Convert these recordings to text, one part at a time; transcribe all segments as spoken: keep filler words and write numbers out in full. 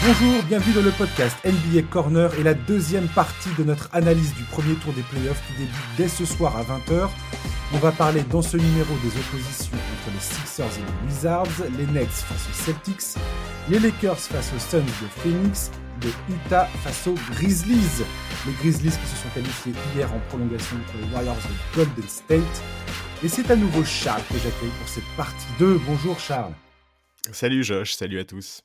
Bonjour, bienvenue dans le podcast N B A Corner et la deuxième partie de notre analyse du premier tour des playoffs qui débute dès ce soir à vingt heures. On va parler dans ce numéro des oppositions entre les Sixers et les Wizards, les Nets face aux Celtics, les Lakers face aux Suns de Phoenix, de Utah face aux Grizzlies. Les Grizzlies qui se sont qualifiés hier en prolongation contre les Warriors de Golden State. Et c'est à nouveau Charles que j'accueille pour cette partie deux. Bonjour Charles. Salut Josh, salut à tous.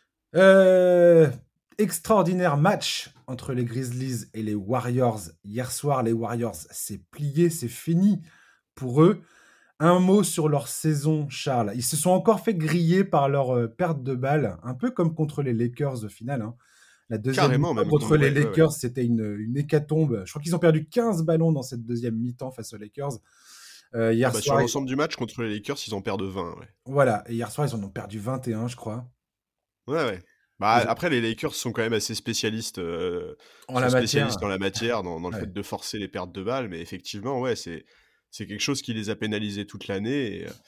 Euh, extraordinaire match entre les Grizzlies et les Warriors. Hier soir, les Warriors, c'est plié, c'est fini pour eux. Un mot sur leur saison, Charles. Ils se sont encore fait griller par leur euh, perte de balle, un peu comme contre les Lakers au final. Hein. La deuxième Carrément, mi-temps même contre comme- les ouais, ouais, Lakers, ouais. c'était une, une hécatombe. Je crois qu'ils ont perdu quinze ballons dans cette deuxième mi-temps face aux Lakers. Euh, hier Ah bah, sur soir, ils- l'ensemble du match contre les Lakers, ils en perdent vingt. Ouais, voilà. Et hier soir, ils en ont perdu vingt et un, je crois. ouais. ouais. Bah, Ils ont- après, les Lakers sont quand même assez spécialistes, euh, En sont la spécialistes matière, dans la matière, dans, dans le ouais. fait de forcer les pertes de balles, mais effectivement, ouais, c'est, c'est quelque chose qui les a pénalisés toute l'année. Et,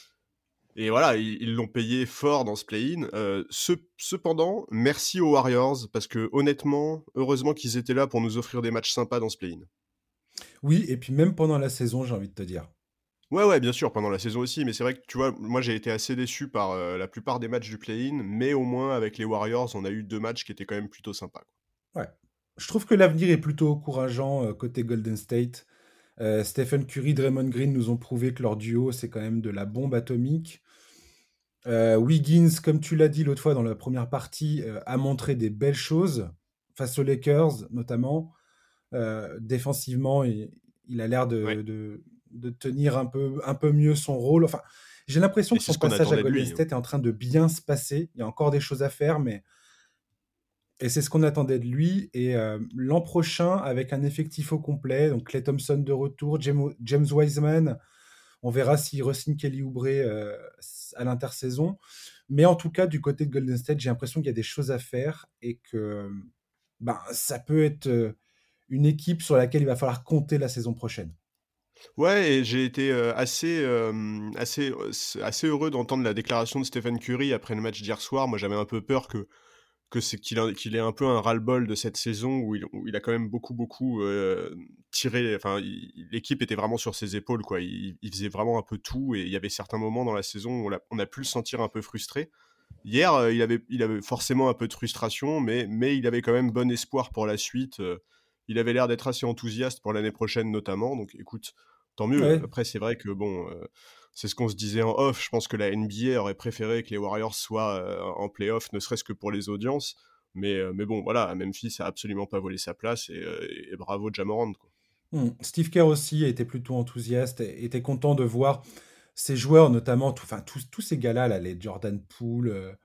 et voilà, ils, ils l'ont payé fort dans ce play-in. Euh, ce- cependant, merci aux Warriors, parce que honnêtement, heureusement qu'ils étaient là pour nous offrir des matchs sympas dans ce play-in. Oui, et puis même pendant la saison, j'ai envie de te dire. Ouais, ouais, bien sûr, pendant la saison aussi, mais c'est vrai que, tu vois, moi j'ai été assez déçu par euh, la plupart des matchs du play-in, mais au moins avec les Warriors, on a eu deux matchs qui étaient quand même plutôt sympas. Ouais. Je trouve que l'avenir est plutôt encourageant euh, côté Golden State. Euh, Stephen Curry, Draymond Green nous ont prouvé que leur duo, c'est quand même de la bombe atomique. Euh, Wiggins, comme tu l'as dit l'autre fois dans la première partie, euh, a montré des belles choses face aux Lakers, notamment. Euh, défensivement, il, il a l'air de, Ouais, de- de tenir un peu, un peu mieux son rôle. Enfin, j'ai l'impression et que c'est son ce qu'on passage à attendait de Golden lui, hein. State est en train de bien se passer. Il y a encore des choses à faire, mais et c'est ce qu'on attendait de lui. Et euh, l'an prochain, avec un effectif au complet, donc Klay Thompson de retour, James, James Wiseman, on verra s'il re-signe Kelly Oubre euh, à l'intersaison. Mais en tout cas, du côté de Golden State, j'ai l'impression qu'il y a des choses à faire et que ben, ça peut être euh, une équipe sur laquelle il va falloir compter la saison prochaine. Ouais, et j'ai été euh, assez, euh, assez, euh, s- assez heureux d'entendre la déclaration de Stephen Curry après le match d'hier soir. Moi, j'avais un peu peur que que c'est qu'il a- qu'il ait un peu un ras-le-bol de cette saison où il, où il a quand même beaucoup beaucoup euh, tiré. Enfin, il- l'équipe était vraiment sur ses épaules, quoi. Il, il faisait vraiment un peu tout et il y avait certains moments dans la saison où on a, on a pu le sentir un peu frustré. Hier, euh, il avait, il avait forcément un peu de frustration, mais, mais il avait quand même bon espoir pour la suite. Euh, il avait l'air d'être assez enthousiaste pour l'année prochaine notamment. Donc, écoute, tant mieux. Ouais, Après, c'est vrai que bon. Euh, c'est ce qu'on se disait en off. Je pense que la N B A aurait préféré que les Warriors soient euh, en playoff, ne serait-ce que pour les audiences. Mais, euh, mais bon, voilà, Memphis a absolument pas volé sa place et, euh, et bravo Ja Morant, quoi. hmm. Steve Kerr aussi a été plutôt enthousiaste, et était content de voir ces joueurs, notamment, tout- enfin, tous, tous ces gars-là, là, les Jordan Poole, euh,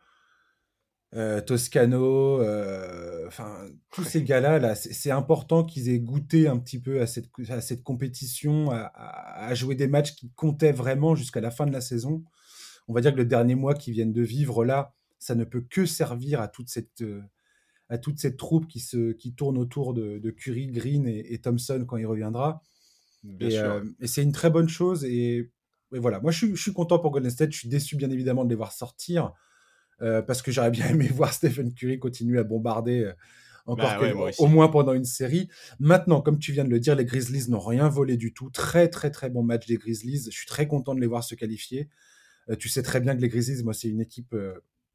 euh, Toscano, euh, enfin, tous ces Ouais. gars-là, là, c'est c'est important qu'ils aient goûté un petit peu à cette, à cette compétition, à, à- à jouer des matchs qui comptaient vraiment jusqu'à la fin de la saison. On va dire que le dernier mois qu'ils viennent de vivre là, ça ne peut que servir à toute cette, euh, à toute cette troupe qui, se, qui tourne autour de, de Curry, Green et, et Thompson quand il reviendra. Bien Et, sûr, euh, ouais. et c'est une très bonne chose. Et, et voilà, moi je suis, je suis content pour Golden State. Je suis déçu bien évidemment de les voir sortir euh, parce que j'aurais bien aimé voir Stephen Curry continuer à bombarder euh, encore Bah quel- ouais, moi au aussi. moins pendant une série. Maintenant, comme tu viens de le dire, les Grizzlies n'ont rien volé du tout. Très très très bon match des Grizzlies. Je suis très content de les voir se qualifier. Euh, tu sais très bien que les Grizzlies, moi c'est une équipe euh,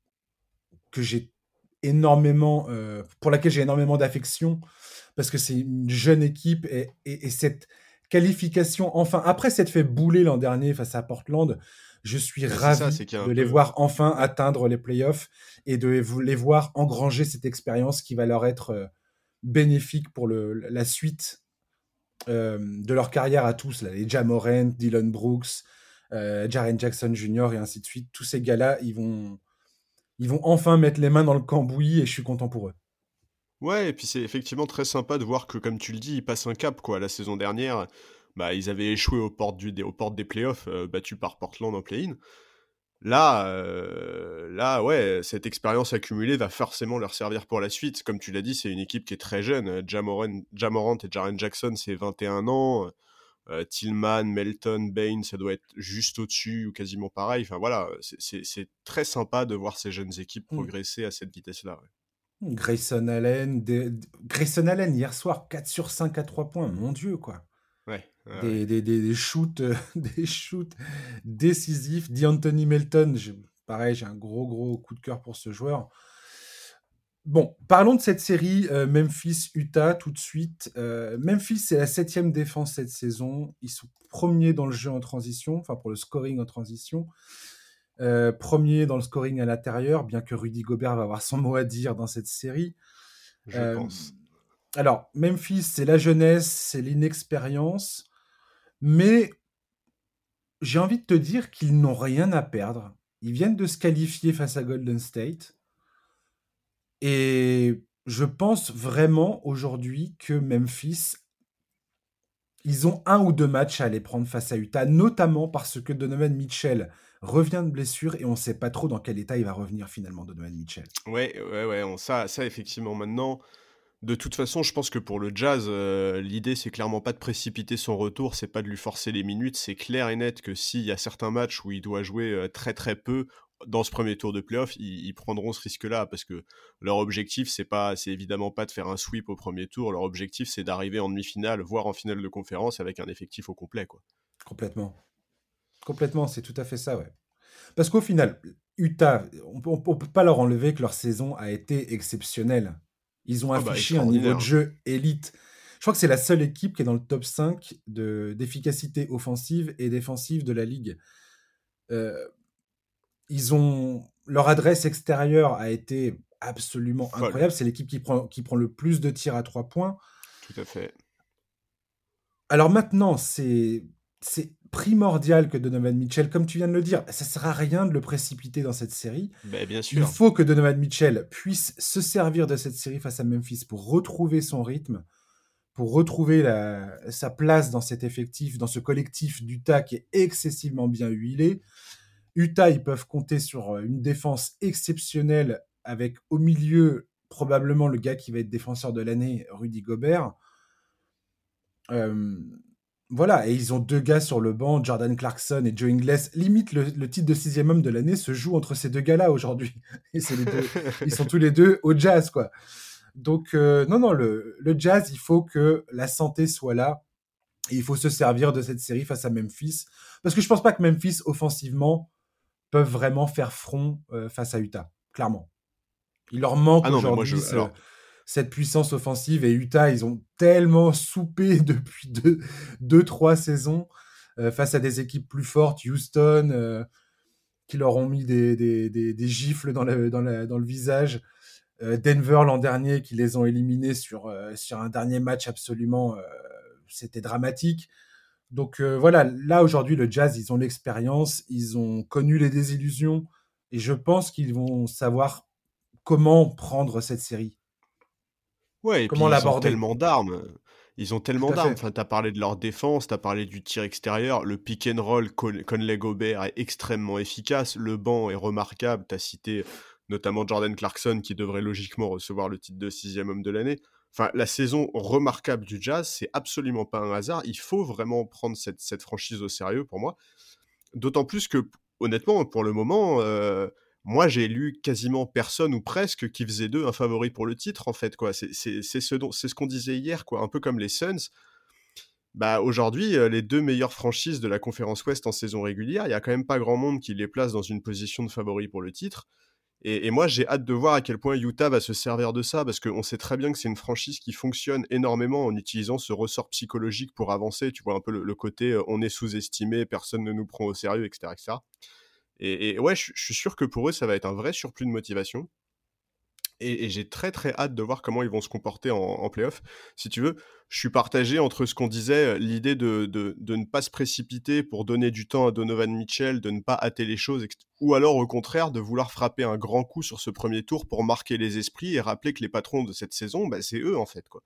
que j'ai énormément, euh, pour laquelle j'ai énormément d'affection, parce que c'est une jeune équipe et, et- et cette qualification, enfin, après s'être fait bouler l'an dernier face à Portland, je suis Bah c'est ça, ravi c'est qu'il y a un de les peu. voir enfin atteindre les playoffs et de les voir engranger cette expérience qui va leur être euh, bénéfique pour le, la suite euh, de leur carrière à tous, là, les Ja Morant, Dylan Brooks, euh, Jaren Jackson Junior et ainsi de suite. Tous ces gars-là, ils vont, ils vont enfin mettre les mains dans le cambouis et je suis content pour eux. Ouais, et puis c'est effectivement très sympa de voir que, comme tu le dis, ils passent un cap, quoi. La saison dernière, bah, ils avaient échoué aux portes, du, des, aux portes des playoffs, euh, battus par Portland en play-in. Là, euh, là, ouais, cette expérience accumulée va forcément leur servir pour la suite. Comme tu l'as dit, c'est une équipe qui est très jeune. Ja Morant, Ja Morant et Jaren Jackson, c'est vingt et un ans. euh, Tillman, Melton, Bain, ça doit être juste au-dessus ou quasiment pareil. Enfin voilà, c'est, c'est, c'est très sympa de voir ces jeunes équipes Hmm. progresser à cette vitesse-là. Ouais. Grayson Allen, des- d- Grayson Allen hier soir, quatre sur cinq à trois points, mon Dieu, quoi. Ouais, ouais, ouais. Des, des, des, des shoots, euh, des shoots décisifs. D'Anthony Melton, je- pareil, j'ai un gros, gros coup de cœur pour ce joueur. Bon, parlons de cette série euh, Memphis-Utah tout de suite. Euh, Memphis, c'est la septième défense cette saison. Ils sont premiers dans le jeu en transition, enfin pour le scoring en transition. Euh, premier dans le scoring à l'intérieur, bien que Rudy Gobert va avoir son mot à dire dans cette série. Je Euh, pense. alors, Memphis, c'est la jeunesse, c'est l'inexpérience, mais j'ai envie de te dire qu'ils n'ont rien à perdre. Ils viennent de se qualifier face à Golden State. Et je pense vraiment aujourd'hui que Memphis, ils ont un ou deux matchs à aller prendre face à Utah, notamment parce que Donovan Mitchell revient de blessure et on ne sait pas trop dans quel état il va revenir finalement, Donovan Mitchell. Ouais, ouais, ouais, on, ça, ça effectivement maintenant. De toute façon, je pense que pour le Jazz, euh, l'idée c'est clairement pas de précipiter son retour, c'est pas de lui forcer les minutes. C'est clair et net que s'il y a certains matchs où il doit jouer euh, très très peu dans ce premier tour de playoff, ils, ils prendront ce risque-là parce que leur objectif c'est pas, c'est évidemment pas de faire un sweep au premier tour. Leur objectif c'est d'arriver en demi-finale, voire en finale de conférence avec un effectif au complet, quoi. Complètement. Complètement, c'est tout à fait ça, ouais. Parce qu'au final, Utah, on ne peut pas leur enlever que leur saison a été exceptionnelle. Ils ont Ah bah affiché un niveau extraordinaire, de hein. jeu élite. Je crois que c'est la seule équipe qui est dans le top cinq de, d'efficacité offensive et défensive de la ligue. Euh, ils ont leur adresse extérieure a été absolument Folle, incroyable. C'est l'équipe qui prend, qui prend le plus de tirs à trois points. tout à fait. Alors maintenant, c'est c'est primordial que Donovan Mitchell, comme tu viens de le dire, ça sert à rien de le précipiter dans cette série. Ben bien Il sûr. faut que Donovan Mitchell puisse se servir de cette série face à Memphis pour retrouver son rythme, pour retrouver la- sa place dans cet effectif, dans ce collectif d'Utah qui est excessivement bien huilé. Utah, ils peuvent compter sur une défense exceptionnelle avec au milieu probablement le gars qui va être défenseur de l'année, Rudy Gobert. Euh, voilà, et ils ont deux gars sur le banc, Jordan Clarkson et Joe Ingles. Limite, le, le titre de sixième homme de l'année se joue entre ces deux gars-là aujourd'hui. Et c'est les deux, ils sont tous les deux au Jazz, quoi. Donc, euh, non, non, le, le Jazz, il faut que la santé soit là. Et il faut se servir de cette série face à Memphis. Parce que je pense pas que Memphis, offensivement, peuvent vraiment faire front euh, face à Utah. Clairement. Il leur manque Ah non, mais moi je, aujourd'hui ce, alors cette puissance offensive. Et Utah, ils ont tellement soupé depuis deux, deux trois saisons euh, face à des équipes plus fortes, Houston, euh, qui leur ont mis des, des, des, des gifles dans le, dans, la, dans le visage. Euh, Denver l'an dernier, qui les ont éliminés sur, euh, sur un dernier match absolument, euh, c'était dramatique. Donc euh, voilà, là aujourd'hui, le Jazz, ils ont l'expérience, ils ont connu les désillusions, et je pense qu'ils vont savoir comment prendre cette série, ouais, et puis comment ils ont l'aborder. tellement d'armes. Ils ont Tout tellement à d'armes. fait. Enfin, t'as parlé de leur défense, t'as parlé du tir extérieur. Le pick and roll Con- Conley-Gobert est extrêmement efficace. Le banc est remarquable. T'as cité notamment Jordan Clarkson qui devrait logiquement recevoir le titre de sixième homme de l'année. Enfin, la saison remarquable du Jazz, c'est absolument pas un hasard. Il faut vraiment prendre cette, cette franchise au sérieux pour moi. D'autant plus que, honnêtement, pour le moment, euh, moi, j'ai lu quasiment personne ou presque qui faisait d'eux un favori pour le titre, en fait, quoi. C'est c'est- c'est ce, dont- c'est ce qu'on disait hier, quoi. Un peu comme les Suns. Bah, aujourd'hui, euh, les deux meilleures franchises de la conférence Ouest en saison régulière, il y a quand même pas grand monde qui les place dans une position de favori pour le titre. Et, et moi, j'ai hâte de voir à quel point Utah va se servir de ça, parce qu'on sait très bien que c'est une franchise qui fonctionne énormément en utilisant ce ressort psychologique pour avancer. Tu vois un peu le, le côté euh, on est sous-estimé, personne ne nous prend au sérieux, et cetera, et cetera. Et, et ouais, je, je suis sûr que pour eux, ça va être un vrai surplus de motivation. Et, et j'ai très très hâte de voir comment ils vont se comporter en, en playoff. Si tu veux, je suis partagé entre ce qu'on disait, euh, l'idée de, de, de ne pas se précipiter pour donner du temps à Donovan Mitchell, de ne pas hâter les choses, et cetera. Ou alors au contraire de vouloir frapper un grand coup sur ce premier tour pour marquer les esprits et rappeler que les patrons de cette saison, bah, c'est eux en fait, quoi.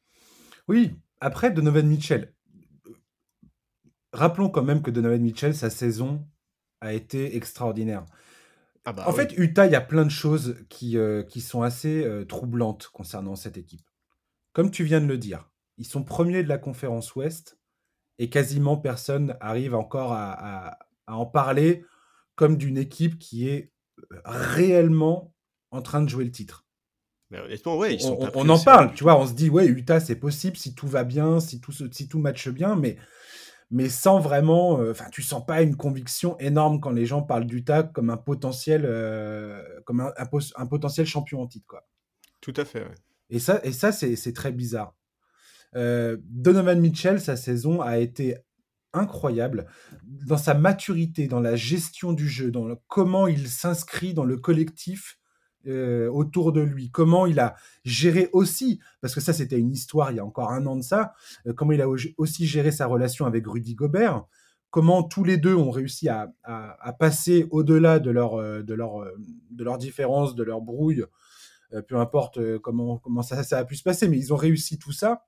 Oui, après Donovan Mitchell, rappelons quand même que Donovan Mitchell, sa saison a été extraordinaire. Ah bah En oui. fait, Utah, il y a plein de choses qui, euh, qui sont assez euh, troublantes concernant cette équipe. Comme tu viens de le dire, ils sont premiers de la conférence Ouest et quasiment personne arrive encore à, à, à en parler comme d'une équipe qui est réellement en train de jouer le titre. Mais honnêtement, ouais, On, ils sont pas on- pris on au en sérieux parle, du tu tout. vois, on se dit, ouais, Utah, c'est possible si tout va bien, si tout, se- si tout matche bien, mais, mais sans vraiment, enfin, tu sens pas une conviction énorme quand les gens parlent d'Utah comme un potentiel, euh, comme un, un pos- un potentiel champion en titre, quoi. Tout à fait, ouais. Et ça, et ça c'est c'est très bizarre. Euh, Donovan Mitchell, sa saison a été incroyable dans sa maturité, dans la gestion du jeu, dans le- comment il s'inscrit dans le collectif euh, autour de lui, comment il a géré aussi, parce que ça c'était une histoire il y a encore un an de ça, euh, comment il a au- aussi géré sa relation avec Rudy Gobert, comment tous les deux ont réussi à, à- à passer au-delà de leur, euh, de, leur, euh, de leur différence, de leur brouille, euh, peu importe euh, comment, comment ça, ça a pu se passer, mais ils ont réussi tout ça.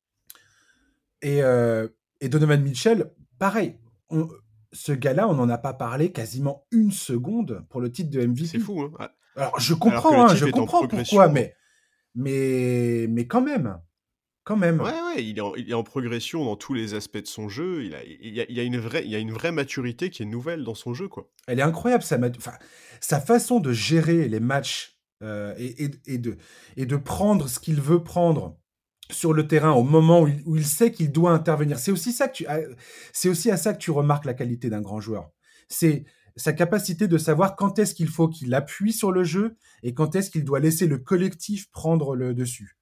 Et, euh, et Donovan Mitchell, pareil, on- ce gars-là, on n'en a pas parlé quasiment une seconde pour le titre de C'est M V P. fou, hein. Ah, Alors, je alors que comprends, le hein, je type est en comprends pourquoi, progression. mais, mais, mais quand même, quand même. Ouais, ouais, il est en, il est en progression dans tous les aspects de son jeu. Il a, il y a, il y a une vraie, il y a une vraie maturité qui est nouvelle dans son jeu, quoi. Elle est incroyable, sa, mat- enfin, sa façon de gérer les matchs euh, et, et- et de, et de prendre ce qu'il veut prendre sur le terrain au moment où il, où il sait qu'il doit intervenir. C'est aussi ça que tu, euh, c'est aussi à ça que tu remarques la qualité d'un grand joueur. C'est sa capacité de savoir quand est-ce qu'il faut qu'il appuie sur le jeu et quand est-ce qu'il doit laisser le collectif prendre le dessus.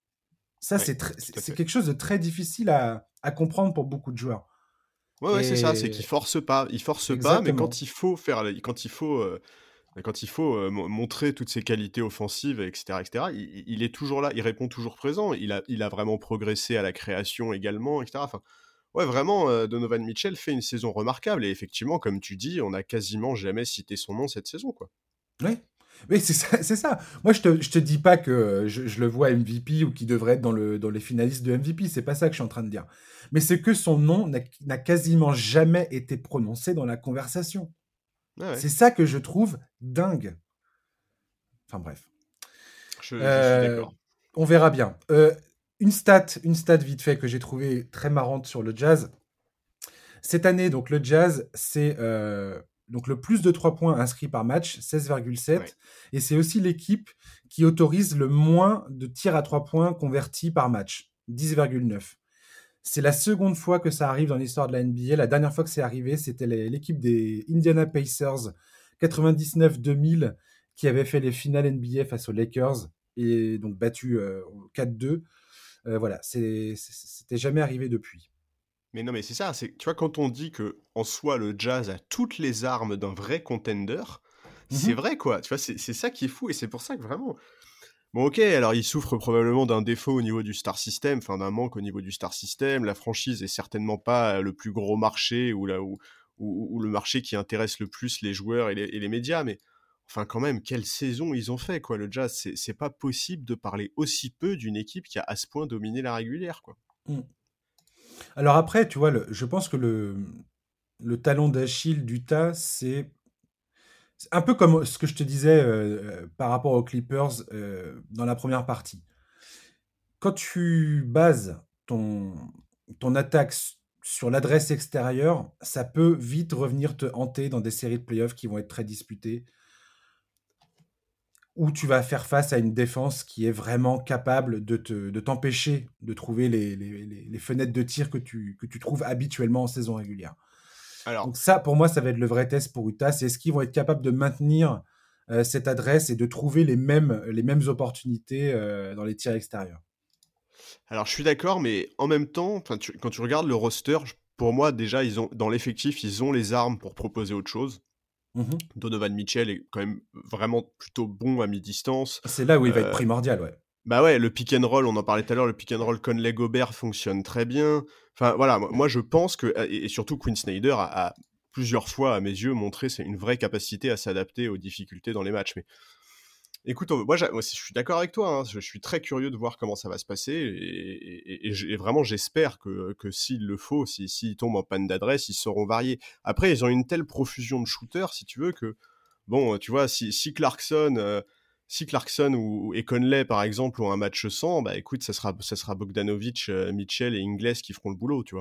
Ça, Ouais, c'est tr- tout c'est à c'est fait. quelque chose de très difficile à, à comprendre pour beaucoup de joueurs. Ouais, ouais, c'est ça. C'est qu'il Et force pas, il force pas, mais exactement. quand il faut faire, la- quand il faut, euh, quand il faut euh, mo- montrer toutes ses qualités offensives, et cetera, et cetera, il, il est toujours là. Il répond toujours présent. Il a, il a vraiment progressé à la création également, et cetera. Enfin, ouais, vraiment, euh, Donovan Mitchell fait une saison remarquable. Et effectivement, comme tu dis, on a quasiment jamais cité son nom cette saison, quoi. Oui, oui, c'est ça, c'est ça. Moi, je te, je te dis pas que euh, je, je le vois M V P ou qu'il devrait être dans, le, dans les finalistes de M V P. C'est pas ça que je suis en train de dire. Mais c'est que son nom n'a n'a quasiment jamais été prononcé dans la conversation. Ouais, ouais. C'est ça que je trouve dingue. Enfin bref. Je, je suis Euh, d'accord. on verra bien. Euh, une stat, une stat vite fait que j'ai trouvé très marrante sur le Jazz. Cette année, donc le Jazz, c'est euh, donc le plus de trois points inscrits par match, seize virgule Ouais. sept, et c'est aussi l'équipe qui autorise le moins de tirs à trois points convertis par match, dix virgule neuf. C'est la seconde fois que ça arrive dans l'histoire de la N B A. La dernière fois que c'est arrivé, c'était les- l'équipe des Indiana Pacers quatre-vingt-dix-neuf deux mille qui avait fait les finales N B A face aux Lakers et donc battu euh, quatre deux. Euh, voilà, c'est- c'est- c'était jamais arrivé depuis. Mais non, mais c'est ça, c'est, tu vois, quand on dit que en soi le Jazz a toutes les armes d'un vrai contender, c'est Mhm. vrai quoi, tu vois, c'est c'est ça qui est fou et c'est pour ça que vraiment. Bon, ok, alors il souffre probablement d'un défaut au niveau du star system, enfin d'un manque au niveau du star system. La franchise est certainement pas le plus gros marché ou là où, où, où le marché qui intéresse le plus les joueurs et les, et les médias, mais enfin quand même, quelle saison ils ont fait quoi, le Jazz, c'est c'est pas possible de parler aussi peu d'une équipe qui a à ce point dominé la régulière quoi. Mm. Alors après, tu vois, le- je pense que le, le talon d'Achille d'Utah, c'est c'est un peu comme ce que je te disais euh, euh, par rapport aux Clippers euh, dans la première partie. Quand tu bases ton, ton attaque s- sur l'adresse extérieure, ça peut vite revenir te hanter dans des séries de playoffs qui vont être très disputées, où tu vas faire face à une défense qui est vraiment capable de te, de t'empêcher de trouver les, les- les- les fenêtres de tir que tu, que tu trouves habituellement en saison régulière. Alors, Donc ça, pour moi, ça va être le vrai test pour Utah. C'est est-ce qu'ils vont être capables de maintenir euh, cette adresse et de trouver les mêmes, les mêmes opportunités euh, dans les tirs extérieurs. Alors je suis d'accord, mais en même temps, enfin, tu- quand tu regardes le roster, je- pour moi déjà, ils ont dans l'effectif, ils ont les armes pour proposer autre chose. Mhm. Donovan Mitchell est quand même vraiment plutôt bon à mi-distance. C'est là où il va être Euh, primordial, ouais. Bah ouais, le pick and roll, on en parlait tout à l'heure, le pick and roll Conley-Gobert fonctionne très bien. Enfin voilà, moi moi, je pense que, et et surtout Quinn Snyder a, a plusieurs fois, à mes yeux, montré c'est une vraie capacité à s'adapter aux difficultés dans les matchs. Mais écoute, on- moi, j'a- moi, je suis d'accord avec toi, hein, je, je suis très curieux de voir comment ça va se passer, et, et- et j'- et vraiment j'espère que, que s'il le faut, si- s'ils tombent en panne d'adresse, ils seront variés. Après, ils ont une telle profusion de shooters, si tu veux, que, bon, tu vois, si, si Clarkson, euh, si Clarkson ou, et Conley, par exemple, ont un match sans, bah écoute, ça sera, ça sera Bogdanovic, euh, Mitchell et Ingles qui feront le boulot, tu vois.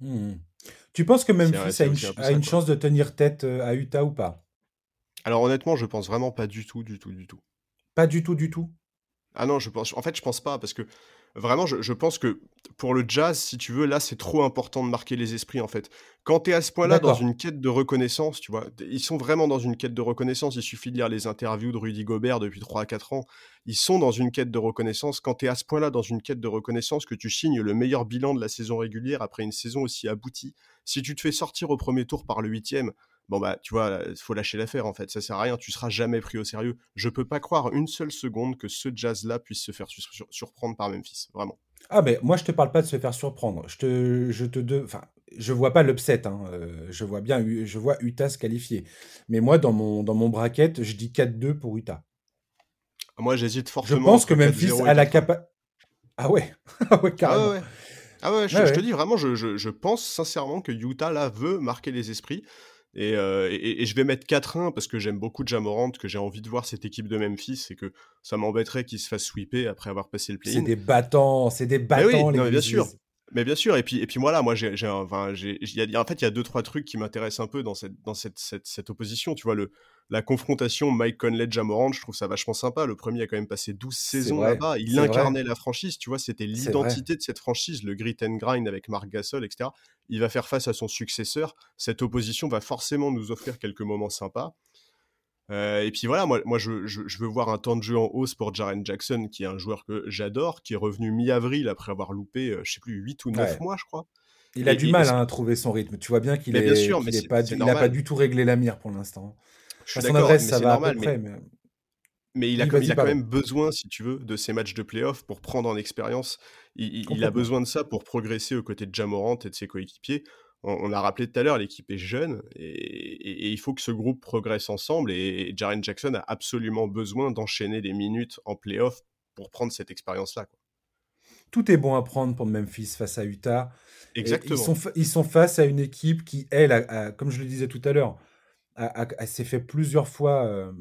Hmm. Tu penses que C'est Memphis a c'est une, aussi un ch- peu a ça, une quoi. chance de tenir tête euh, à Utah ou pas? Alors honnêtement, je pense vraiment pas du tout, du tout, du tout. Pas du tout, du tout. Ah non, je pense en fait, je pense pas parce que vraiment, je je pense que pour le Jazz, si tu veux, là, c'est trop important de marquer les esprits, en fait. Quand tu es à ce point-là dans D'accord. une quête de reconnaissance, tu vois? D Ils sont vraiment dans une quête de reconnaissance. Il suffit de lire les interviews de Rudy Gobert depuis trois à quatre ans. Ils sont dans une quête de reconnaissance. Quand tu es à ce point-là dans une quête de reconnaissance, que tu signes le meilleur bilan de la saison régulière après une saison aussi aboutie, si tu te fais sortir au premier tour par le huitième, bon bah, tu vois, il faut lâcher l'affaire en fait, ça sert à rien, tu seras jamais pris au sérieux. Je peux pas croire une seule seconde que ce Jazz-là puisse se faire sur- sur- surprendre par Memphis, vraiment. Ah ben moi je te parle pas de se faire surprendre. Je te, je te de, enfin, je vois pas l'upset. Hein. Euh, je vois bien, U- je vois Utah se qualifier. Mais moi dans mon dans mon bracket, je dis quatre deux pour Utah. Moi, j'hésite Je fortement pense que entre quatre Memphis zéro et a la quatre un. capa. Ah ouais, ah ouais Ah ouais, carrément. ouais. Ah ouais, Ouais je, je te ouais. dis vraiment, je, je- je pense sincèrement que Utah là veut marquer les esprits. Et, euh, et- et je vais mettre quatre un parce que j'aime beaucoup Ja Morant, que j'ai envie de voir cette équipe de Memphis et que ça m'embêterait qu'ils se fassent sweeper après avoir passé le C'est play-in. des battants, c'est des Mais oui, battants les non, mais bien sûr. Grizzlies. Mais bien sûr. Et puis, et puis voilà, moi, j'ai, j'ai un- enfin, j'ai, il y a- il y a- en fait, il y a deux, trois trucs qui m'intéressent un peu dans cette, dans cette, cette, cette opposition. Tu vois, le, la confrontation Mike Conley-Jamorant, je trouve ça vachement sympa. Le premier a quand même passé douze C'est saisons vrai, là-bas. Il c'est vrai, incarnait la franchise, tu vois, c'était c'est vrai. l'identité de cette franchise, le grit and grind avec Marc Gasol, et cetera. Il va faire face à son successeur. Cette opposition va forcément nous offrir quelques moments sympas. Euh, et puis voilà, moi, moi je, je, je veux voir un temps de jeu en hausse pour Jaren Jackson, qui est un joueur que j'adore, qui est revenu mi-avril après avoir loupé, euh, je sais plus, huit ou neuf Ouais. mois, je crois. Il Et, a du et- et mal c'est- hein, à trouver son rythme. Tu vois bien qu'il mais bien est sûr, mais qu'il est c'est pas c'est du, il a pas normal. du tout réglé la mire pour l'instant. Je À suis son d'accord, adresse, mais ça c'est va à peu normal. Mais, près, mais mais il, a, oui, comme- il vas-y, a quand pardon. même besoin, si tu veux, de ces matchs de playoff pour prendre en expérience. Il, il- il a Complètement. besoin de ça pour progresser aux côtés de Ja Morant et de ses coéquipiers. On, on l'a rappelé tout à l'heure, l'équipe est jeune et, et- et il faut que ce groupe progresse ensemble. Et, et Jaren Jackson a absolument besoin d'enchaîner des minutes en playoff pour prendre cette expérience-là, quoi. Tout est bon à prendre pour Memphis face à Utah. Et ils sont, Exactement. fa- ils sont face à une équipe qui, elle, a- a- comme je le disais tout à l'heure, a- a- a- s'est fait plusieurs fois euh,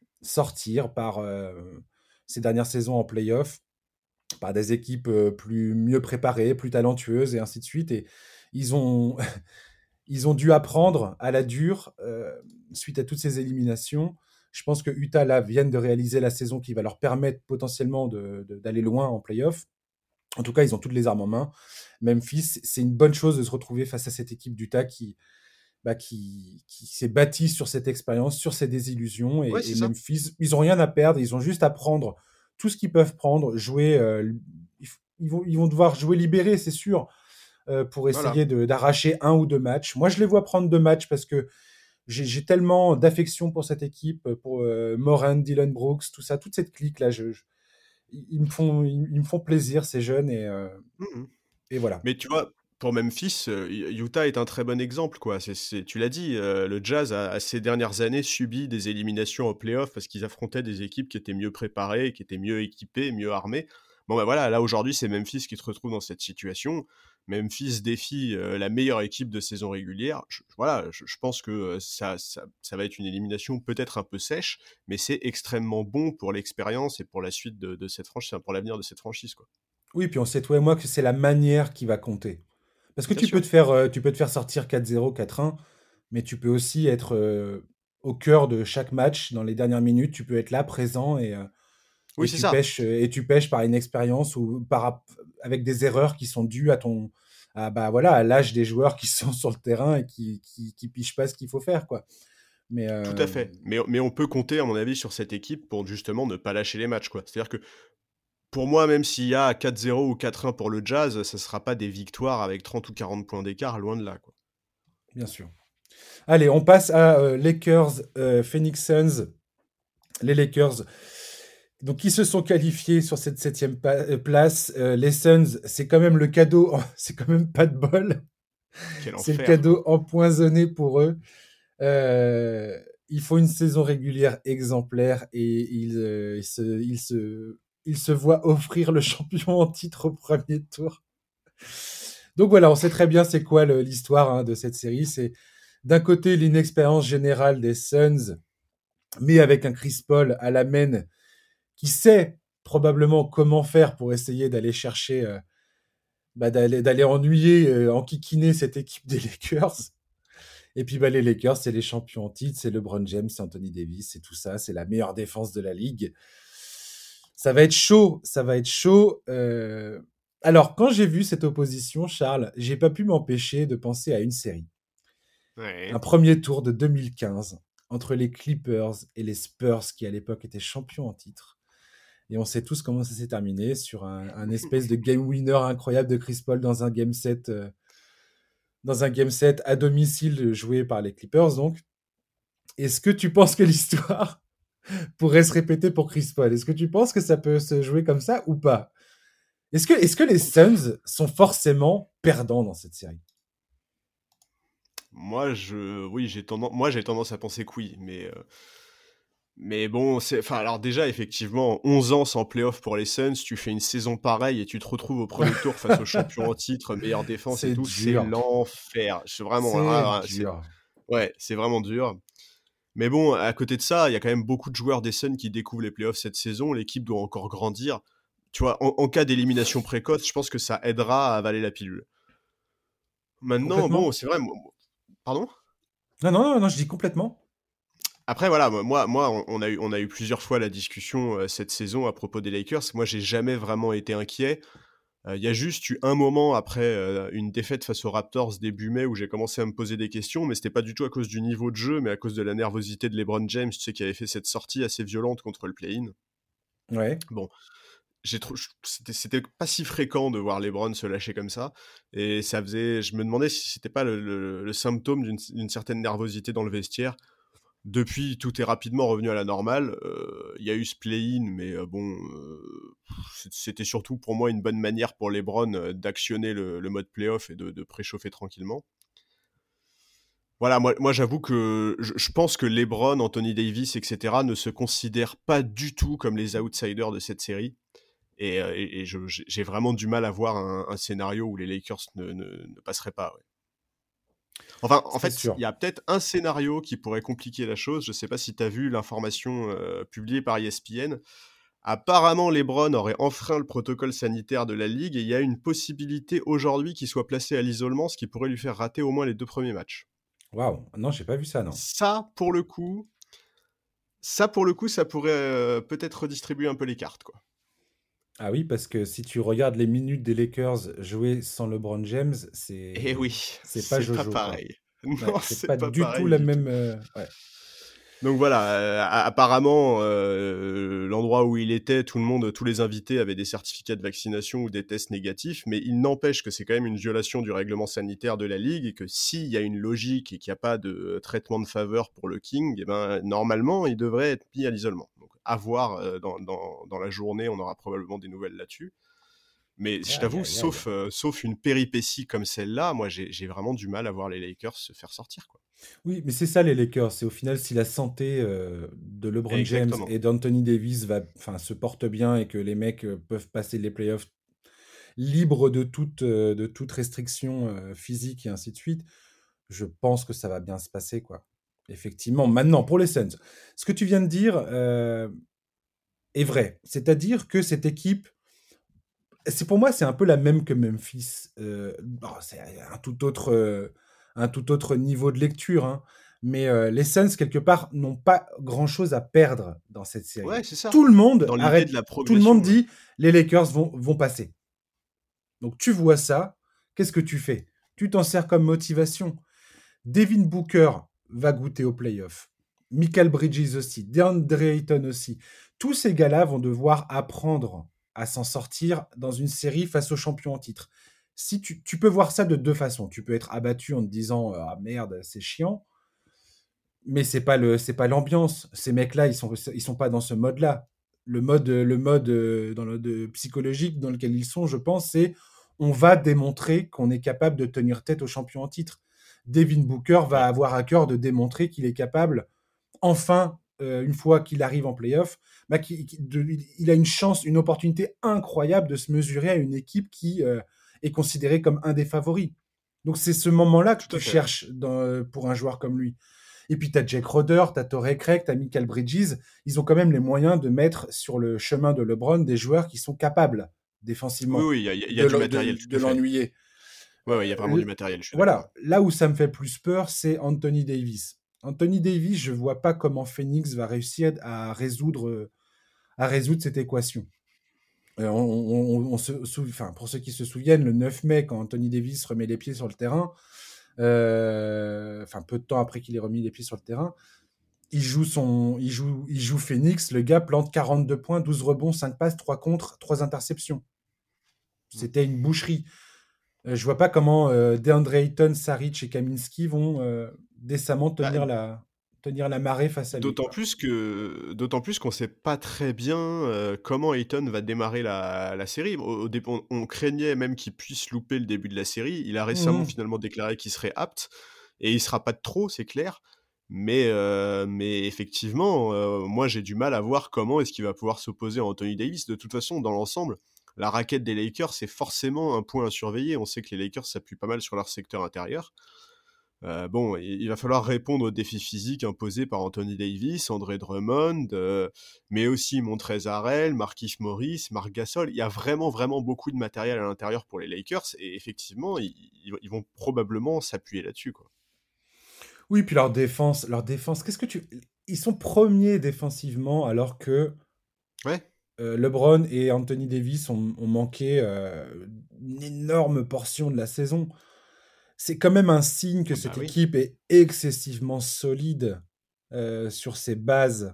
sortir par euh, ces dernières saisons en playoff, par des équipes euh, plus mieux préparées, plus talentueuses et ainsi de suite. Et ils ont, ils ont dû apprendre à la dure euh, suite à toutes ces éliminations. Je pense que Utah là viennent de réaliser la saison qui va leur permettre potentiellement de- de- d'aller loin en playoff. En tout cas, ils ont toutes les armes en main. Memphis, c'est une bonne chose de se retrouver face à cette équipe d'Utah qui, bah, qui, qui s'est bâtie sur cette expérience, sur ces désillusions. Ouais, Et, et c'est ça. Memphis, ils n'ont rien à perdre. Ils ont juste à prendre tout ce qu'ils peuvent prendre, jouer. Euh, ils, ils vont, ils vont devoir jouer libéré, c'est sûr, euh, pour Voilà. essayer de- d'arracher un ou deux matchs. Moi, je les vois prendre deux matchs parce que j'ai j'ai tellement d'affection pour cette équipe, pour euh, Moran, Dylan Brooks, tout ça, toute cette clique-là. Je, je- ils, me font, ils, ils me font plaisir, ces jeunes. Et, euh, Mhm. et voilà. Mais tu vois, pour Memphis, euh, Utah est un très bon exemple, quoi. C'est, c'est- tu l'as dit, euh, le Jazz a, a ces dernières années subi des éliminations en playoff parce qu'ils affrontaient des équipes qui étaient mieux préparées, qui étaient mieux équipées, mieux armées. Bon, ben voilà, là aujourd'hui, c'est Memphis qui se retrouve dans cette situation. Memphis défie euh, la meilleure équipe de saison régulière. Je, voilà, je, je pense que euh, ça, ça, ça va être une élimination peut-être un peu sèche, mais c'est extrêmement bon pour l'expérience et pour la suite de, de cette franchise, enfin, pour l'avenir de cette franchise, quoi. Oui, puis on sait, toi et moi, que c'est la manière qui va compter. Parce que Bien tu peux sûr. te faire, euh, tu peux te faire sortir quatre zéro, quatre un, mais tu peux aussi être euh, au cœur de chaque match dans les dernières minutes. Tu peux être là, présent, et, euh, Oui, et c'est tu ça. pêches, euh, et tu pêches par une expérience ou par, rap- avec des erreurs qui sont dues à ton, à, bah voilà, à l'âge des joueurs qui sont sur le terrain et qui, qui, qui pichent pas ce qu'il faut faire, quoi. Mais Tout à euh, fait. Mais, mais on peut compter, à mon avis, sur cette équipe pour justement ne pas lâcher les matchs, quoi. C'est-à-dire que pour moi, même s'il y a quatre zéro ou quatre un pour le Jazz, ça ne sera pas des victoires avec trente ou quarante points d'écart, loin de là, quoi. bien sûr. Allez, on passe à euh, Lakers, euh, Phoenix Suns. Les Lakers, donc, qui se sont qualifiés sur cette septième pa- euh, place. Euh, les Suns, c'est quand même le cadeau, c'est quand même pas de bol. Quel C'est le enfer, cadeau quoi. empoisonné pour eux. Euh, il faut une saison régulière exemplaire et ils, euh, ils se, ils se, ils se voient offrir le champion en titre au premier tour. Donc voilà, on sait très bien c'est quoi le- l'histoire hein, de cette série. C'est d'un côté l'inexpérience générale des Suns, mais avec un Chris Paul à la main qui sait probablement comment faire pour essayer d'aller chercher euh, bah, d'aller, d'aller ennuyer, euh, enquiquiner cette équipe des Lakers. Et puis bah, les Lakers, c'est les champions en titre, c'est LeBron James, c'est Anthony Davis, c'est tout ça, c'est la meilleure défense de la ligue. Ça va être chaud, ça va être chaud. Euh, Alors, quand j'ai vu cette opposition, Charles, j'ai pas pu m'empêcher de penser à une série. Un Ouais. premier tour de deux mille quinze entre les Clippers et les Spurs, qui à l'époque étaient champions en titre. Et on sait tous comment ça s'est terminé sur un, un espèce de game winner incroyable de Chris Paul dans un game set, euh, dans un game set à domicile joué par les Clippers. Donc, est-ce que tu penses que l'histoire pourrait se répéter pour Chris Paul? Est-ce que tu penses que ça peut se jouer comme ça ou pas? Est-ce que, est-ce que les Suns sont forcément perdants dans cette série? Moi, je, oui, j'ai tendance, moi, j'ai tendance à penser que oui, mais, euh, mais bon, c'est, enfin, alors déjà, effectivement, onze ans sans playoff pour les Suns, tu fais une saison pareille et tu te retrouves au premier tour face aux champions en titre, meilleure défense et C'est tout, c'est dur. l'enfer. C'est vraiment, C'est ah, ah, c'est, dur. ouais, c'est vraiment dur. Mais bon, à côté de ça, il y a quand même beaucoup de joueurs des Suns qui découvrent les playoffs cette saison. L'équipe doit encore grandir. Tu vois, en, en cas d'élimination précoce, je pense que ça aidera à avaler la pilule. Maintenant, bon, Complètement. c'est vrai. moi- Pardon? Non, non, non, non, je dis complètement. Après, voilà, moi, moi on, on a eu, on a eu plusieurs fois la discussion euh, cette saison à propos des Lakers. Moi, j'ai jamais vraiment été inquiet. Euh, Il y a juste eu un moment après euh, une défaite face aux Raptors début mai où j'ai commencé à me poser des questions, mais c'était pas du tout à cause du niveau de jeu, mais à cause de la nervosité de LeBron James, tu sais, qui avait fait cette sortie assez violente contre le play-in. Ouais. Bon, j'ai trop, je- c'était, c'était pas si fréquent de voir LeBron se lâcher comme ça, et ça faisait, je me demandais si c'était pas le, le- le symptôme d'une, d'une certaine nervosité dans le vestiaire. Depuis, tout est rapidement revenu à la normale. Euh, Il y a eu ce play-in, mais euh, bon, euh, c'est- c'était surtout pour moi une bonne manière pour LeBron euh, d'actionner le, le mode playoff et de, de préchauffer tranquillement. Voilà, moi, moi j'avoue que je, je pense que LeBron, Anthony Davis, et cetera ne se considèrent pas du tout comme les outsiders de cette série. Et, euh, et- et je- j'ai j'ai vraiment du mal à voir un, un scénario où les Lakers ne, ne- ne passeraient pas. Ouais. Enfin, en C'est fait, sûr. il y a peut-être un scénario qui pourrait compliquer la chose. Je ne sais pas si tu as vu l'information euh, publiée par E S P N. Apparemment, LeBron aurait enfreint le protocole sanitaire de la Ligue et il y a une possibilité aujourd'hui qu'il soit placé à l'isolement, ce qui pourrait lui faire rater au moins les deux premiers matchs. Waouh. Non, j'ai pas vu ça, non. Ça, pour le coup, ça, pour le coup, ça pourrait euh, peut-être redistribuer un peu les cartes, quoi. Ah oui, parce que si tu regardes les minutes des Lakers jouées sans LeBron James, Eh c'est oui, c'est pas c'est pas Jojo, quoi. pareil. Ouais, Non, c'est c'est pas pas du tout pareil la du tout. même. euh, Ouais. Donc voilà, euh, a- apparemment, euh, l'endroit où il était, tout le monde, tous les invités avaient des certificats de vaccination ou des tests négatifs, mais il n'empêche que c'est quand même une violation du règlement sanitaire de la Ligue et que s'il y a une logique et qu'il n'y a pas de traitement de faveur pour le King, eh ben, normalement, il devrait être mis à l'isolement. Donc à voir euh, dans, dans, dans la journée, on aura probablement des nouvelles là-dessus. Mais je Aïe, t'avoue, aïe, aïe. sauf, euh, sauf une péripétie comme celle-là, moi j'ai j'ai vraiment du mal à voir les Lakers se faire sortir, quoi. Oui, mais c'est ça les Lakers. C'est au final si la santé euh, de LeBron James Exactement. et d'Anthony Davis va, enfin, se porte bien et que les mecs euh, peuvent passer les playoffs libres de toute, euh, de toute restriction euh, physique et ainsi de suite, je pense que ça va bien se passer, quoi. Effectivement. Maintenant, pour les Suns, ce que tu viens de dire euh, est vrai. C'est-à-dire que cette équipe, c'est pour moi, c'est un peu la même que Memphis. Euh, bon, c'est un tout autre, euh, un tout autre niveau de lecture, hein. Mais euh, les Suns, quelque part, n'ont pas grand-chose à perdre dans cette série. Ouais, c'est ça. Tout le monde Dans l'idée arrête, de la tout le monde progression, ouais. dit les Lakers vont, vont passer. Donc tu vois ça, qu'est-ce que tu fais? Tu t'en sers comme motivation. Devin Booker va goûter aux playoffs. Michael Bridges aussi, DeAndre Ayton aussi. Tous ces gars-là vont devoir apprendre à s'en sortir dans une série face aux champions en titre. Si tu, tu peux voir ça de deux façons. Tu peux être abattu en te disant ah merde, c'est chiant, mais c'est pas le c'est pas l'ambiance. Ces mecs-là, ils sont ils sont pas dans ce mode-là. Le mode le mode euh, dans le de- psychologique dans lequel ils sont, je pense, c'est on va démontrer qu'on est capable de tenir tête aux champions en titre. Devin Booker va Ouais, avoir à cœur de démontrer qu'il est capable, enfin, euh, une fois qu'il arrive en playoff, bah, qu'il- qu'il- de- il a une chance, une opportunité incroyable de se mesurer à une équipe qui euh, est considérée comme un des favoris. Donc c'est ce moment-là que tout tu à fait. Ouais. cherches dans- pour un joueur comme lui. Et puis tu as Jake Roder, tu as Torrey Craig, tu as Michael Bridges. Ils ont quand même les moyens de mettre sur le chemin de LeBron des joueurs qui sont capables défensivement, Oui, oui, il y a, il y a de, du le- de, matériel, tout de à fait. l'ennuyer. Ouais, ouais, il y a vraiment Euh, du matériel, je suis d'accord. voilà, là où ça me fait plus peur, c'est Anthony Davis. Anthony Davis, je vois pas comment Phoenix va réussir à résoudre, à résoudre cette équation. Euh, on, on- on se sou- enfin, pour ceux qui se souviennent, le neuf mai, quand Anthony Davis remet les pieds sur le terrain, euh, enfin peu de temps après qu'il ait remis les pieds sur le terrain, il joue, son, il joue, il joue Phoenix, le gars plante quarante-deux points, douze rebonds, cinq passes, trois contres, trois interceptions. Mm. C'était une boucherie. Euh, je vois pas comment euh, DeAndre Ayton, Saric et Kaminski vont euh, décemment Bah, tenir la, tenir la marée face à lui, D'autant quoi. plus que, d'autant plus qu'on sait pas très bien euh, comment Ayton va démarrer la, la série. Au, au dé- on, on craignait même qu'il puisse louper le début de la série. Il a récemment Mhm. finalement déclaré qu'il serait apte et il sera pas de trop, c'est clair. Mais, euh, mais effectivement, euh, moi j'ai du mal à voir comment est-ce qu'il va pouvoir s'opposer à Anthony Davis. De toute façon, dans l'ensemble, la raquette des Lakers c'est forcément un point à surveiller. On sait que les Lakers s'appuient pas mal sur leur secteur intérieur. Euh, bon, il, il va falloir répondre aux défis physiques imposés par Anthony Davis, André Drummond, euh, mais aussi Montrezl Harrell, Markieff Morris, Marc Gasol. Il y a vraiment, vraiment beaucoup de matériel à l'intérieur pour les Lakers, et effectivement, ils, ils vont probablement s'appuyer là-dessus, quoi. Oui, puis leur défense, leur défense, qu'est-ce que tu... Ils sont premiers défensivement alors que Ouais, euh, LeBron et Anthony Davis ont, ont manqué euh, une énorme portion de la saison. C'est quand même un signe que ah bah cette oui. équipe est excessivement solide euh, sur ses bases.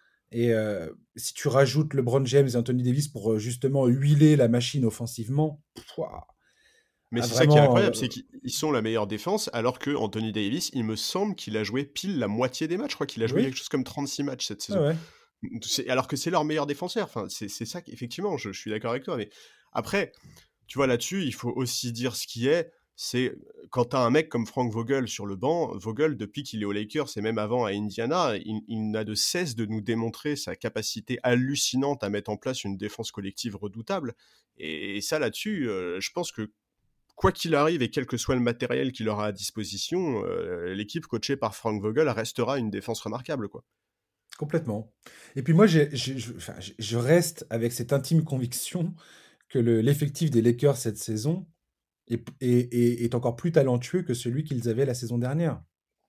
Et euh, si tu rajoutes LeBron James et Anthony Davis pour euh, justement huiler la machine offensivement, pouah, Mais ah, c'est ça qui est vraiment, incroyable, c'est euh, qu'ils ils sont la meilleure défense, alors que Anthony Davis, il me semble qu'il a joué pile la moitié des matchs. Je crois qu'il a joué quelque oui, chose comme trente-six matchs cette ouais, saison. ouais. C'est- alors que c'est leur meilleur défenseur. Enfin, c'est c'est ça qu'effectivement, je, je suis d'accord avec toi. Mais après, tu vois, là-dessus, il faut aussi dire ce qui est. C'est quand t'as un mec comme Frank Vogel sur le banc, Vogel, depuis qu'il est aux Lakers et même avant à Indiana, il, il n'a de cesse de nous démontrer sa capacité hallucinante à mettre en place une défense collective redoutable. Et, et ça, là-dessus, euh, je pense que quoi qu'il arrive et quel que soit le matériel qu'il aura à disposition, euh, l'équipe coachée par Frank Vogel restera une défense remarquable, quoi. Complètement. Et puis moi, j'ai- j'ai- je, enfin, je- je reste avec cette intime conviction que le- l'effectif des Lakers cette saison est, est- est- est encore plus talentueux que celui qu'ils avaient la saison dernière.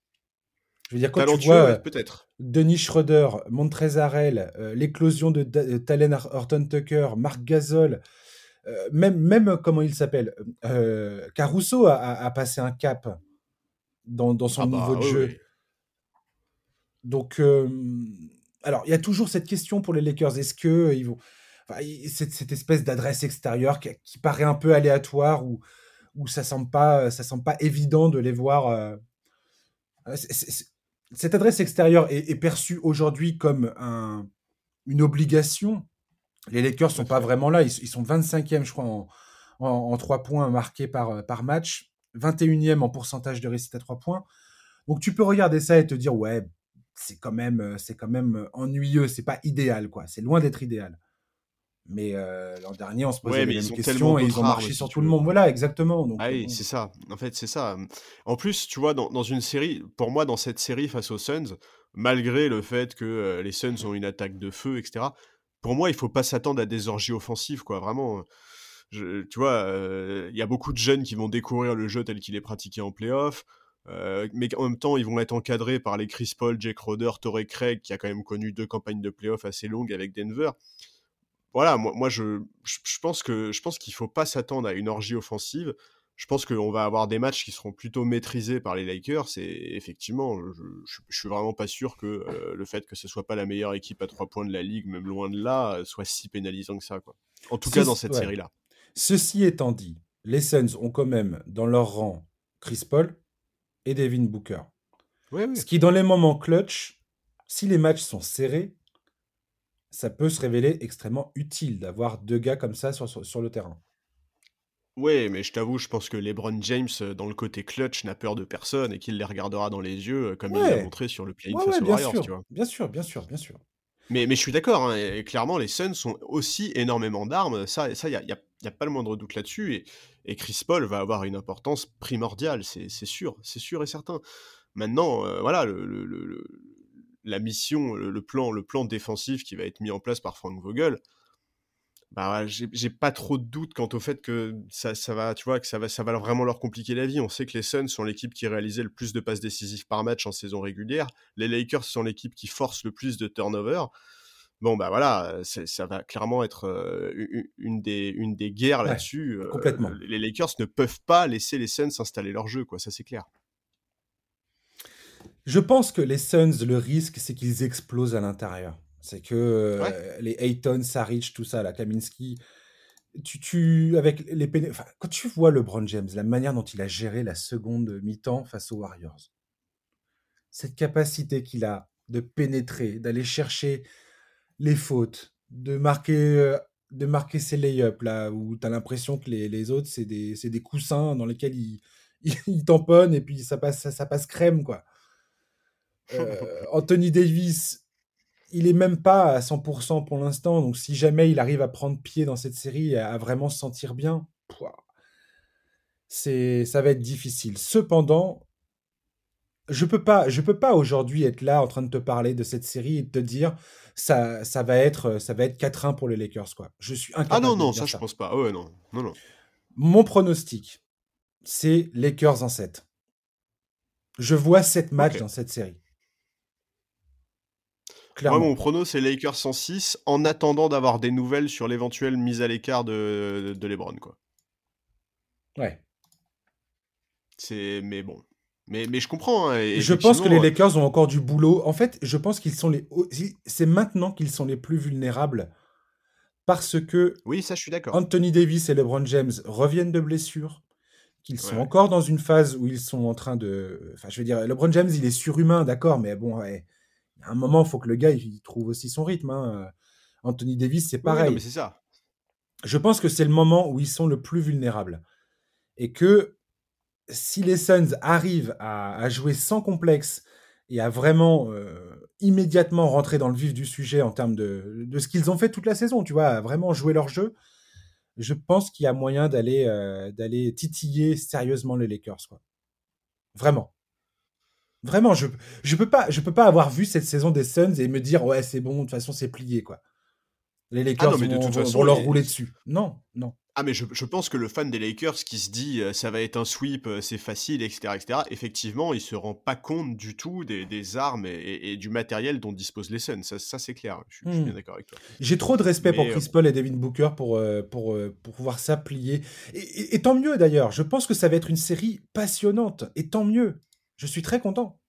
Je veux dire, quand tu vois Talentueux, ouais, euh, peut-être. Denis Schroeder, Montrezl Harrell, euh, l'éclosion de Da- euh, Talen Horton-Tucker, Marc Gasol, euh, même, même, euh, comment il s'appelle, euh, Caruso a, a- a passé un cap dans, dans son Ah niveau bah de oui, jeu. oui. Donc, euh, alors, il y a toujours cette question pour les Lakers. Est-ce que euh, ils vont... enfin, il- cette, cette espèce d'adresse extérieure qui, qui paraît un peu aléatoire ou où ça semble pas, ça semble pas évident de les voir. euh, c'est- c'est- c'est- Cette adresse extérieure est, est perçue aujourd'hui comme un, une obligation. Les Lakers Tout sont à pas fait. vraiment là. Ils, ils sont vingt-cinquième, je crois, en, en, en trois points marqués par, euh, par match, vingt et unième en pourcentage de réussite à trois points. Donc tu peux regarder ça et te dire ouais, c'est quand même, euh, c'est quand même euh, ennuyeux. C'est pas idéal, quoi. C'est loin d'être idéal. Mais euh, l'an dernier, on se posait Ouais, les mais mêmes ils ont tellement questions et ils d'autres ont armes, marché si sur tu tout le veux. monde. Voilà, exactement. Donc Ah euh, oui, bon. c'est ça. En fait, c'est ça. En plus, tu vois, dans, dans une série, pour moi, dans cette série face aux Suns, malgré le fait que euh, les Suns ont une attaque de feu, et cetera, pour moi, il faut pas s'attendre à des orgies offensives, quoi. Vraiment, je, tu vois, euh, il y a beaucoup de jeunes qui vont découvrir le jeu tel qu'il est pratiqué en playoff, euh, mais en même temps, ils vont être encadrés par les Chris Paul, Jake Roder, Torrey Craig, qui a quand même connu deux campagnes de playoff assez longues avec Denver. Voilà, moi, moi je, je, je pense que je pense qu'il faut pas s'attendre à une orgie offensive. Je pense qu'on va avoir des matchs qui seront plutôt maîtrisés par les Lakers et effectivement, je, je, je suis vraiment pas sûr que euh, le fait que ce soit pas la meilleure équipe à trois points de la ligue, même loin de là, euh, soit si pénalisant que ça, quoi. En tout cas, dans Ceci, cette ouais. série-là. Ceci étant dit, les Suns ont quand même dans leur rang Chris Paul et Devin Booker. Oui, Ce oui. qui, dans les moments clutch, si les matchs sont serrés, ça peut se révéler extrêmement utile d'avoir deux gars comme ça sur, sur, sur le terrain. Ouais, mais je t'avoue, je pense que LeBron James, euh, dans le côté clutch, n'a peur de personne et qu'il les regardera dans les yeux, euh, comme il l'a Ouais, montré sur le play-in ouais, ouais, face aux bien Warriors, tu sûr, vois. bien sûr, bien sûr, bien sûr. Mais, mais je suis d'accord, hein, et clairement, les Suns ont aussi énormément d'armes. Ça, ça, il n'y a, y a- y a pas le moindre doute là-dessus. Et, et Chris Paul va avoir une importance primordiale, c'est c'est sûr, c'est sûr et certain. Maintenant, euh, voilà, le, le- le- le- la mission, le, le plan, le plan défensif qui va être mis en place par Frank Vogel, Bah, j'ai j'ai pas trop de doutes quant au fait que ça ça va, tu vois, que ça va ça va vraiment leur compliquer la vie. On sait que les Suns sont l'équipe qui réalisait le plus de passes décisives par match en saison régulière. Les Lakers sont l'équipe qui force le plus de turnovers. Bon, bah voilà, euh, c'est- ça va clairement être euh, u- une, des, une des guerres Ouais, là-dessus. Euh, le- complètement. les Lakers ne peuvent pas laisser les Suns installer leur jeu, quoi, ça c'est clair. Je pense que les Suns, le risque, c'est qu'ils explosent à l'intérieur. C'est que Ouais. euh, les Ayton, Saric, tout ça, la Kaminsky, tu, tu, avec les péné- enfin, quand tu vois LeBron James, la manière dont il a géré la seconde mi-temps face aux Warriors, cette capacité qu'il a de pénétrer, d'aller chercher les fautes, de marquer, euh, de marquer ses lay-ups, là, où tu as l'impression que les, les autres, c'est des, c'est des coussins dans lesquels ils il, il tamponnent et puis ça passe, ça, ça passe crème, quoi. Euh, Anthony Davis, il est même pas à cent pour cent pour l'instant, donc si jamais il arrive à prendre pied dans cette série, à, à vraiment se sentir bien, pouah, c'est, ça va être difficile. Cependant, je peux pas, je peux pas aujourd'hui être là en train de te parler de cette série et de te dire ça, ça va être, ça va être quatre un pour les Lakers, quoi. Je suis Ah non, incapable de te non, ça dire je ça. pense pas. Ah ouais, non, non, non. Mon pronostic, c'est Lakers en sept. Je vois sept Ok. matchs dans cette série, Moi, mon clairement. prono, c'est Lakers en six, en attendant d'avoir des nouvelles sur l'éventuelle mise à l'écart de, de LeBron, quoi. Ouais. C'est, mais bon. Mais, mais je comprends, hein, et Je pense que les effectivement. euh, Lakers ont encore du boulot. En fait, je pense qu'ils sont les, c'est maintenant qu'ils sont les plus vulnérables parce que Oui, ça, je suis d'accord. Anthony Davis et LeBron James reviennent de blessures, qu'ils Ouais, sont ouais. encore dans une phase où ils sont en train de, enfin, je veux dire, LeBron James, il est surhumain, d'accord, mais bon, ouais, il y a un moment, il faut que le gars, il trouve aussi son rythme, hein. Anthony Davis, c'est Oui, oui, non, mais pareil. c'est ça. Je pense que c'est le moment où ils sont le plus vulnérables et que si les Suns arrivent à, à jouer sans complexe et à vraiment euh, immédiatement rentrer dans le vif du sujet en termes de, de ce qu'ils ont fait toute la saison, tu vois, à vraiment jouer leur jeu, je pense qu'il y a moyen d'aller euh, d'aller titiller sérieusement les Lakers, quoi. Vraiment. Vraiment, je je peux pas je peux pas avoir vu cette saison des Suns et me dire ouais c'est bon de toute façon c'est plié quoi. Les Ah Lakers non, mais de vont, toute vont, vont façon, leur les, rouler dessus. Non, non. ah mais je, je pense que le fan des Lakers qui se dit euh, ça va être un sweep, euh, c'est facile, et cetera, et cetera, effectivement, il se rend pas compte du tout des, des armes et, et- et du matériel dont disposent les Suns. Ça, ça c'est clair, je, suis je suis Hmm. bien d'accord avec toi. J'ai trop de respect pour Mais euh, Chris bon. Paul et Devin Booker pour, euh, pour, euh, pour pouvoir ça plier. Et, et- et tant mieux d'ailleurs. Je pense que ça va être une série passionnante. Et tant mieux. Je suis très content.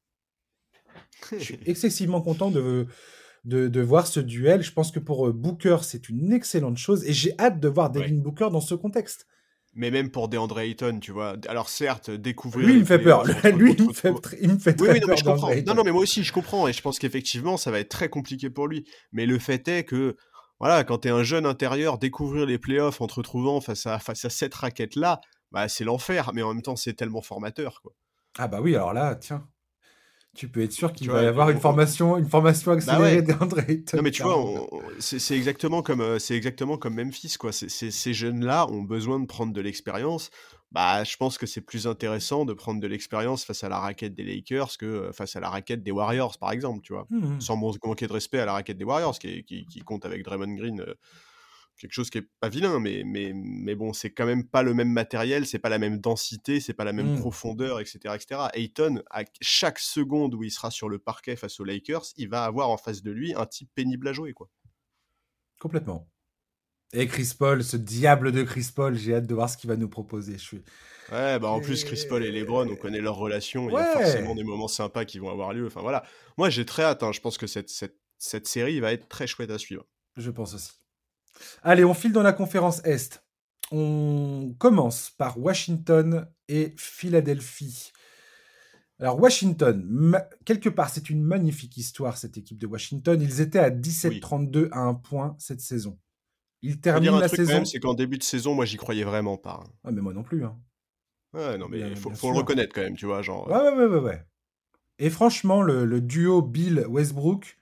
Je suis excessivement content de, de, de voir ce duel. Je pense que pour euh, Booker, c'est une excellente chose. Et j'ai hâte de voir Ouais. Devin Booker dans ce contexte. Mais même pour DeAndre Ayton, tu vois. Alors certes, découvrir Lui, il les me fait peur. playoffs entre, Lui, il me entre fait, tout. tr- il me fait Oui, très oui, non, mais peur je dans comprends. Non, non, Ayton. mais moi aussi, je comprends. Et je pense qu'effectivement, ça va être très compliqué pour lui. Mais le fait est que, voilà, quand t'es un jeune intérieur, découvrir les playoffs en te retrouvant face à, face à cette raquette-là, bah, c'est l'enfer. Mais en même temps, c'est tellement formateur, quoi. Ah bah oui, alors là, tiens, tu peux être sûr qu'il Tu va y vois, avoir une on- on- formation, une formation bah accélérée ouais. d'Andre Non Ayton, mais tu vois, clairement. on- on- c'est c'est exactement comme euh, c'est exactement comme Memphis quoi. C'est- c'est- ces jeunes-là ont besoin de prendre de l'expérience. Bah, je pense que c'est plus intéressant de prendre de l'expérience face à la raquette des Lakers que euh, face à la raquette des Warriors, par exemple, tu vois. Mhm. Sans mon- manquer de respect à la raquette des Warriors, qui, est- qui, qui compte avec Draymond Green, euh, quelque chose qui est pas vilain, mais, mais, mais bon, c'est quand même pas le même matériel, c'est pas la même densité, c'est pas la même Mhm. profondeur, et cetera, et cetera. Ayton, à chaque seconde où il sera sur le parquet face aux Lakers, il va avoir en face de lui un type pénible à jouer, quoi. Complètement. Et Chris Paul, ce diable de Chris Paul, j'ai hâte de voir ce qu'il va nous proposer. Je suis... Ouais, bah en plus, Chris Paul et LeBron, on Euh, connaît leur relation, il y a forcément Ouais, des moments sympas qui vont avoir lieu. Enfin voilà. Moi, j'ai très hâte, hein. Je pense que cette, cette, cette série va être très chouette à suivre. je pense aussi. Allez, on file dans la conférence Est. On commence par Washington et Philadelphie. Alors Washington, ma- quelque part, c'est une magnifique histoire, cette équipe de Washington. Ils étaient à dix-sept Oui. trente-deux à un point cette saison. Ils Faut dire terminent un la truc quand même, saison. c'est qu'en début de saison, moi, j'y croyais vraiment pas, hein. Ah, mais moi non plus, hein. Ouais, non, mais Bien, faut, bien faut le sûr. reconnaître quand même, tu vois, genre. Ouais, ouais, ouais, ouais, ouais. Et franchement, le, le duo Bill-Westbrook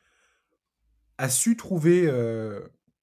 a su trouver, euh,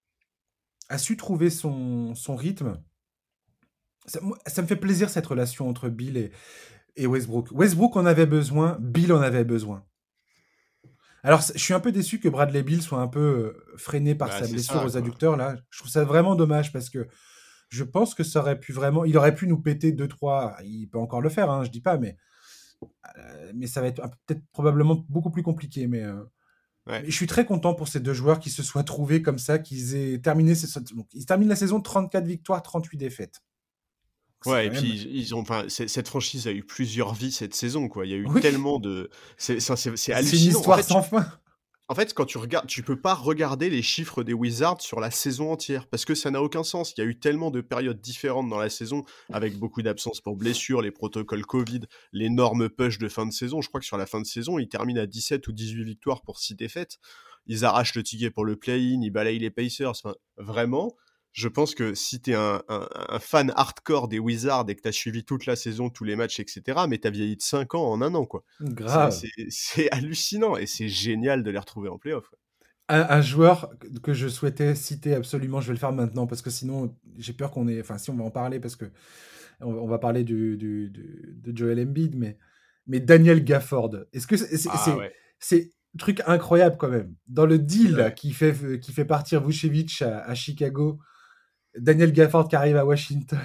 a su trouver son, son rythme. Ça, moi, ça me fait plaisir cette relation entre Bill et, et Westbrook. Westbrook en avait besoin, Bill en avait besoin. Alors, je suis un peu déçu que Bradley Beal soit un peu euh, freiné par Bah, sa c'est blessure ça, aux quoi. adducteurs, là. Je trouve ça vraiment dommage parce que je pense que ça aurait pu vraiment... Il aurait pu nous péter deux trois... Il peut encore le faire, hein, je dis pas, mais, euh, mais ça va être un- peut-être probablement beaucoup plus compliqué. Mais, euh, Ouais. mais je suis très content pour ces deux joueurs qui se soient trouvés comme ça, qu'ils aient terminé... Ces... Donc, ils terminent la saison trente-quatre victoires, trente-huit défaites. C'est Ouais, quand et puis même... ils ils ont, enfin, c- cette franchise a eu plusieurs vies cette saison, quoi. Il y a eu Oui, tellement de, c'est c'est- c'est- c'est c'est une hallucinant. En histoire fait, sans fin. En fait, quand tu regardes, tu peux pas regarder les chiffres des Wizards sur la saison entière parce que ça n'a aucun sens. Il y a eu tellement de périodes différentes dans la saison avec beaucoup d'absences pour blessures, les protocoles Covid, l'énorme push de fin de saison. Je crois que sur la fin de saison, ils terminent à dix-sept ou dix-huit victoires pour six défaites. Ils arrachent le ticket pour le play-in, ils balayent les Pacers. Enfin, vraiment, je pense que si t'es un, un, un fan hardcore des Wizards et que t'as suivi toute la saison, tous les matchs, et cetera, mais t'as vieilli de cinq ans en un an, quoi. C'est Grave. c'est- c'est hallucinant et c'est génial de les retrouver en playoff. Un, un joueur que je souhaitais citer absolument, je vais le faire maintenant parce que sinon j'ai peur qu'on ait. Enfin, si on va en parler parce que on, on va parler du, du- du- de Joel Embiid, mais, mais Daniel Gafford. Est-ce que c'est c'est, Ah c'est, ouais, c'est un truc incroyable quand même. Dans le deal là, ouais. qui fait, qui fait partir Vucevic à, à Chicago, Daniel Gafford qui arrive à Washington.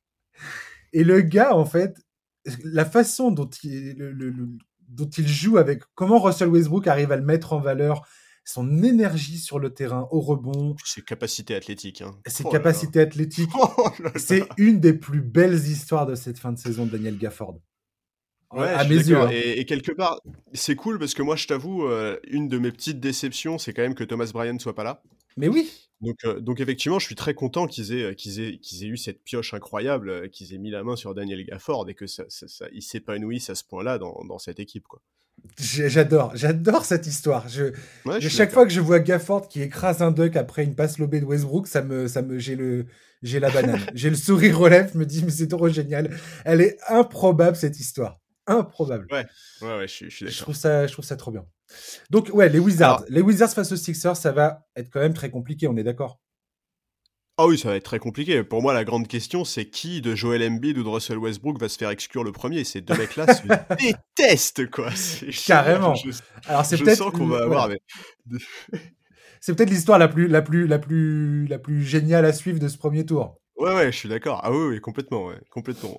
Et le gars, en fait, la façon dont il, le- le- le- dont il joue avec comment Russell Westbrook arrive à le mettre en valeur, son énergie sur le terrain, au rebond, Puis ses capacités athlétiques, hein. ses Oh là là. capacités athlétiques, Oh là c'est là. une des plus belles histoires de cette fin de saison de Daniel Gafford. Ouais, À je suis mes yeux, d'accord. hein. Et, et quelque part, c'est cool parce que moi, je t'avoue, euh, une de mes petites déceptions, c'est quand même que Thomas Bryant soit pas là. Mais oui, Donc, euh, donc effectivement, je suis très content qu'ils aient, qu'ils aient, qu'ils aient eu cette pioche incroyable, euh, qu'ils aient mis la main sur Daniel Gafford et que ça, ça, ça- il s'épanouisse à ce point-là dans, dans cette équipe, quoi. j'ai- j'adore, j'adore cette histoire. Je, Ouais, je je- suis chaque fois d'accord. que je vois Gafford qui écrase un duck après une passe lobée de Westbrook, ça me, ça me, j'ai le, j'ai la banane. J'ai le sourire aux lèvres, je me dis, mais c'est trop génial. Elle est improbable, cette histoire. Improbable. Ouais, ouais, ouais, je suis, je suis Je d'accord. trouve ça, je trouve ça trop bien. Donc, ouais, les Wizards. Alors, Les Wizards face aux Sixers, ça va être quand même très compliqué, on est d'accord. ah oui, ça va être très compliqué. Pour moi, la grande question, c'est qui de Joel Embiid ou de Russell Westbrook va se faire exclure le premier. Ces deux mecs-là se détestent, quoi. C'est génial. Carrément. Je, Alors, c'est je peut-être, sens qu'on le- va avoir... voilà. mais- de- C'est peut-être l'histoire la plus, la plus, la plus, la plus géniale à suivre de ce premier tour. Ouais, ouais, je suis d'accord. Ah oui, oui, complètement, ouais, complètement.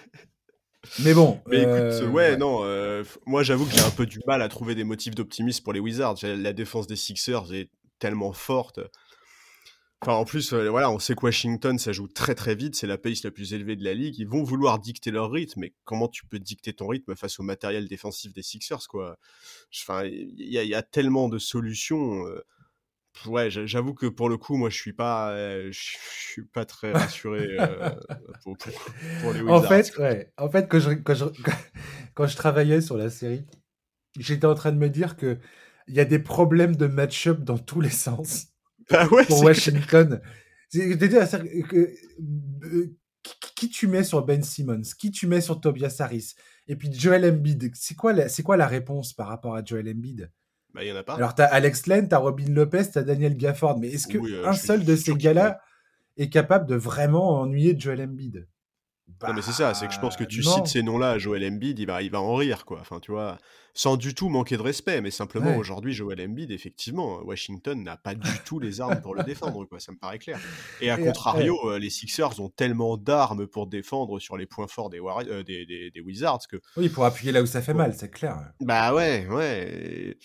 Mais bon, Mais écoute, euh, ouais, ouais. non, euh, f- moi j'avoue que j'ai un peu du mal à trouver des motifs d'optimisme pour les Wizards. J'ai- La défense des Sixers est tellement forte. Enfin, en plus, euh, voilà, on sait que Washington, ça joue très très vite, c'est la pace la plus élevée de la ligue. Ils vont vouloir dicter leur rythme, mais comment tu peux dicter ton rythme face au matériel défensif des Sixers, quoi? Enfin, il y, a- il y a tellement de solutions. euh, Ouais, j'a- j'avoue que pour le coup, moi, je suis pas, euh, je je suis pas très rassuré euh, pour, pour, pour les En Wizards, fait, quoi. ouais. En fait, quand je, quand je, quand je travaillais sur la série, j'étais en train de me dire que il y a des problèmes de match-up dans tous les sens Ah ouais, pour c'est clair. Washington. C'est- C'est-à-dire que, euh, qui, qui tu mets sur Ben Simmons, qui tu mets sur Tobias Harris, et puis Joel Embiid. C'est quoi la, c'est quoi la réponse par rapport à Joel Embiid? Bah, il y en a pas. Alors, t'as Alex Len, t'as Robin Lopez, t'as Daniel Gafford, mais est-ce que Oui, euh, un je suis seul de ces sûr qu'il y en a. gars-là est capable de vraiment ennuyer Joel Embiid? Non, mais c'est ça, c'est que je pense que Bah tu cites non. ces noms-là à Joel Embiid, il va, il va en rire, quoi. Enfin, tu vois, sans du tout manquer de respect, mais simplement Ouais. aujourd'hui, Joel Embiid, effectivement, Washington n'a pas du tout les armes pour le défendre, quoi. Ça me paraît clair. Et à Et, contrario, ouais. euh, les Sixers ont tellement d'armes pour défendre sur les points forts des, Warri- euh, des, des- des Wizards que. Oui, pour appuyer là où ça fait Bon, mal, c'est clair. bah ouais, ouais. et-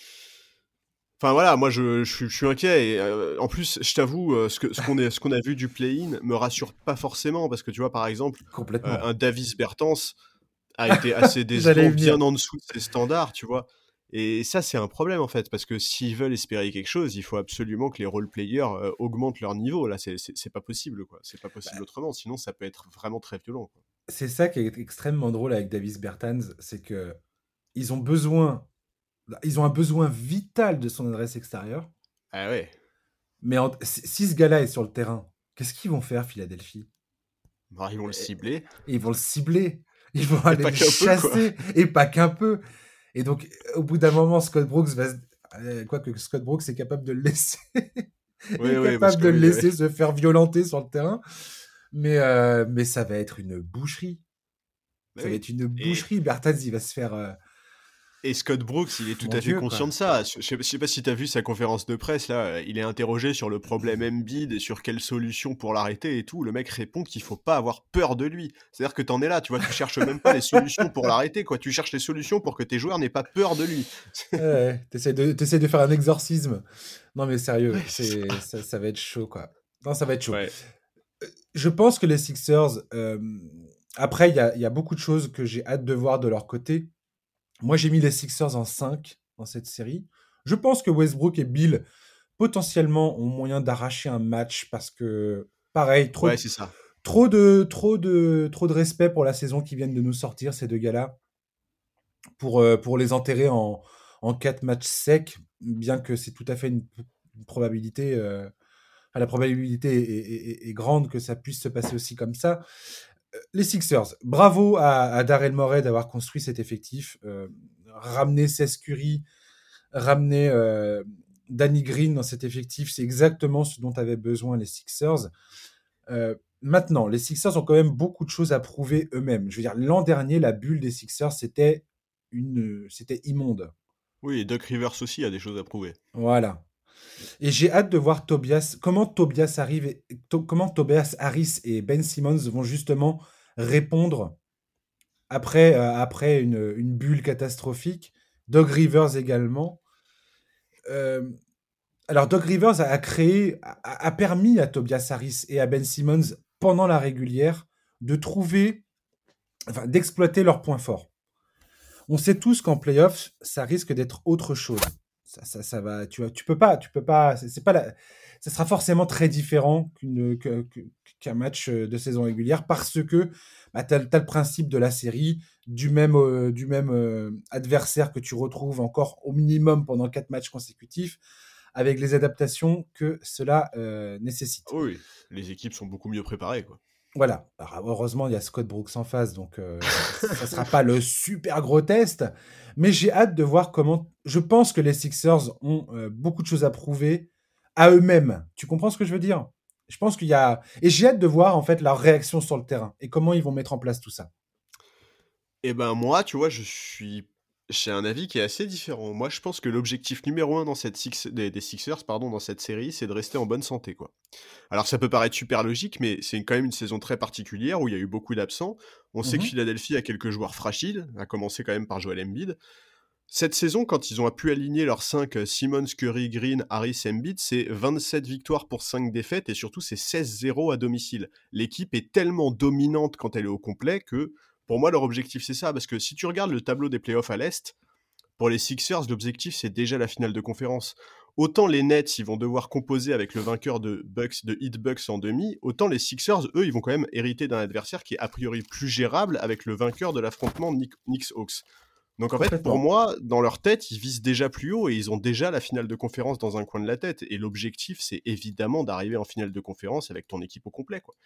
Enfin voilà, moi je, je suis je suis inquiet et euh, en plus je t'avoue euh, ce que ce qu'on est ce qu'on a vu du play-in me rassure pas forcément parce que tu vois par exemple euh, Complètement. un Davis Bertans a été assez J'allais y décevant, bien venir. en dessous de ses standards, tu vois. Et ça c'est un problème en fait parce que s'ils veulent espérer quelque chose, il faut absolument que les role players euh, augmentent leur niveau. Là c'est c'est c'est pas possible quoi, c'est pas possible autrement, sinon ça peut être vraiment très violent, quoi. C'est ça qui est extrêmement drôle avec Davis Bertans, c'est que ils ont besoin, ils ont un besoin vital de son adresse extérieure, Ah ouais, mais en- si si ce gars-là est sur le terrain, qu'est-ce qu'ils vont faire, Philadelphie? bah, ils vont le Et- cibler et ils vont le cibler, ils vont et aller pas le qu'un peu quoi. chasser, et pas qu'un peu. Et donc, au bout d'un moment, Scott Brooks va se... euh, Quoique Scott Brooks est capable de le laisser, Oui est oui parce capable que de le oui, ouais. laisser se faire violenter sur le terrain, mais, euh, mais ça va être une boucherie. Bah Ça va oui. être une Et boucherie. Bertans, il va se faire... euh, Et Scott Brooks, il est tout Mon à fait Dieu, conscient quoi. de ça. Je sais, je sais pas si tu as vu sa conférence de presse, là, euh, il est interrogé sur le problème Embiid et sur quelle solution pour l'arrêter et tout. Le mec répond qu'il faut pas avoir peur de lui. C'est-à-dire que t'en es là, tu vois, tu cherches même pas les solutions pour l'arrêter, quoi. Tu cherches les solutions pour que tes joueurs n'aient pas peur de lui. Ouais, ouais, t'essaies de, t'essaies de faire un exorcisme. Non, mais Ouais, sérieux, c'est c'est, ça. ça, ça va être chaud, quoi. Non, ça va être chaud. Ouais. Je pense que les Sixers, euh, après, il y a, il y a beaucoup de choses que j'ai hâte de voir de leur côté. Moi, j'ai mis les Sixers en cinq dans cette série. Je pense que Westbrook et Bill, potentiellement, ont moyen d'arracher un match parce que, pareil, trop Ouais, de, c'est ça. trop de, trop de, trop de respect pour la saison qui viennent de nous sortir, ces deux gars-là, pour, euh, pour les enterrer en, en quatre matchs secs, bien que c'est tout à fait une, une probabilité, euh, enfin, la probabilité est, est- est- est grande que ça puisse se passer aussi comme ça. Euh, Les Sixers, bravo à, à Daryl Morey d'avoir construit cet effectif, euh, ramener Seth Curry, ramener euh, Danny Green dans cet effectif, c'est exactement ce dont avaient besoin les Sixers. Euh, Maintenant, les Sixers ont quand même beaucoup de choses à prouver eux-mêmes. Je veux dire, l'an dernier, la bulle des Sixers, c'était une, c'était immonde. Oui, et Doc Rivers aussi a des choses à prouver. Voilà. Et j'ai hâte de voir Tobias, comment Tobias arrive, et- to- comment Tobias Harris et Ben Simmons vont justement répondre après, euh, après une, une bulle catastrophique. Doug Rivers également. Euh, alors, Doug Rivers a, a créé, a, a permis à Tobias Harris et à Ben Simmons pendant la régulière de trouver, enfin, d'exploiter leurs points forts. On sait tous qu'en playoff, ça risque d'être autre chose. Ça, ça, ça va, tu, vois, tu peux pas, tu peux pas, c'est c'est pas la, ça sera forcément très différent qu'une, que- que- qu'un match euh, de saison régulière parce que bah, tu as, le principe de la série, du même, euh, du même euh, adversaire que tu retrouves encore au minimum pendant quatre matchs consécutifs, avec les adaptations que cela euh, Ah nécessite. oui, les équipes sont beaucoup mieux préparées, quoi. Voilà. Alors, heureusement, il y a Scott Brooks en face, donc euh, ça sera pas le super gros test, mais j'ai hâte de voir comment. Je pense que les Sixers ont euh, beaucoup de choses à prouver à eux-mêmes. Tu comprends ce que je veux dire? Je pense qu'il y a et j'ai hâte de voir en fait leur réaction sur le terrain et comment ils vont mettre en place tout ça. Et ben moi, tu vois, je suis j'ai un avis qui est assez différent. Moi, je pense que l'objectif numéro un dans cette Six des des Sixers, pardon, dans cette série, c'est de rester en bonne santé, quoi. Alors ça peut paraître super logique, mais c'est quand même une saison très particulière où il y a eu beaucoup d'absents. On sait que Mhm. Philadelphie a quelques joueurs fragiles, à commencer quand même par Joel Embiid. Cette saison, quand ils ont pu aligner leurs cinq euh, Simmons, Curry, Green, Harris, Embiid, c'est vingt-sept victoires pour cinq défaites et surtout c'est seize zéro à domicile. L'équipe est tellement dominante quand elle est au complet que pour moi leur objectif c'est ça, parce que si tu regardes le tableau des playoffs à l'Est, pour les Sixers, l'objectif c'est déjà la finale de conférence. Autant les Nets, ils vont devoir composer avec le vainqueur de Bucks, de Heat Bucks en demi, autant les Sixers, eux, ils vont quand même hériter d'un adversaire qui est a priori plus gérable avec le vainqueur de l'affrontement Knick- Knicks-Hawks. Donc en fait, pour Complètement. moi, dans leur tête, ils visent déjà plus haut et ils ont déjà la finale de conférence dans un coin de la tête. Et l'objectif, c'est évidemment d'arriver en finale de conférence avec ton équipe au complet, quoi.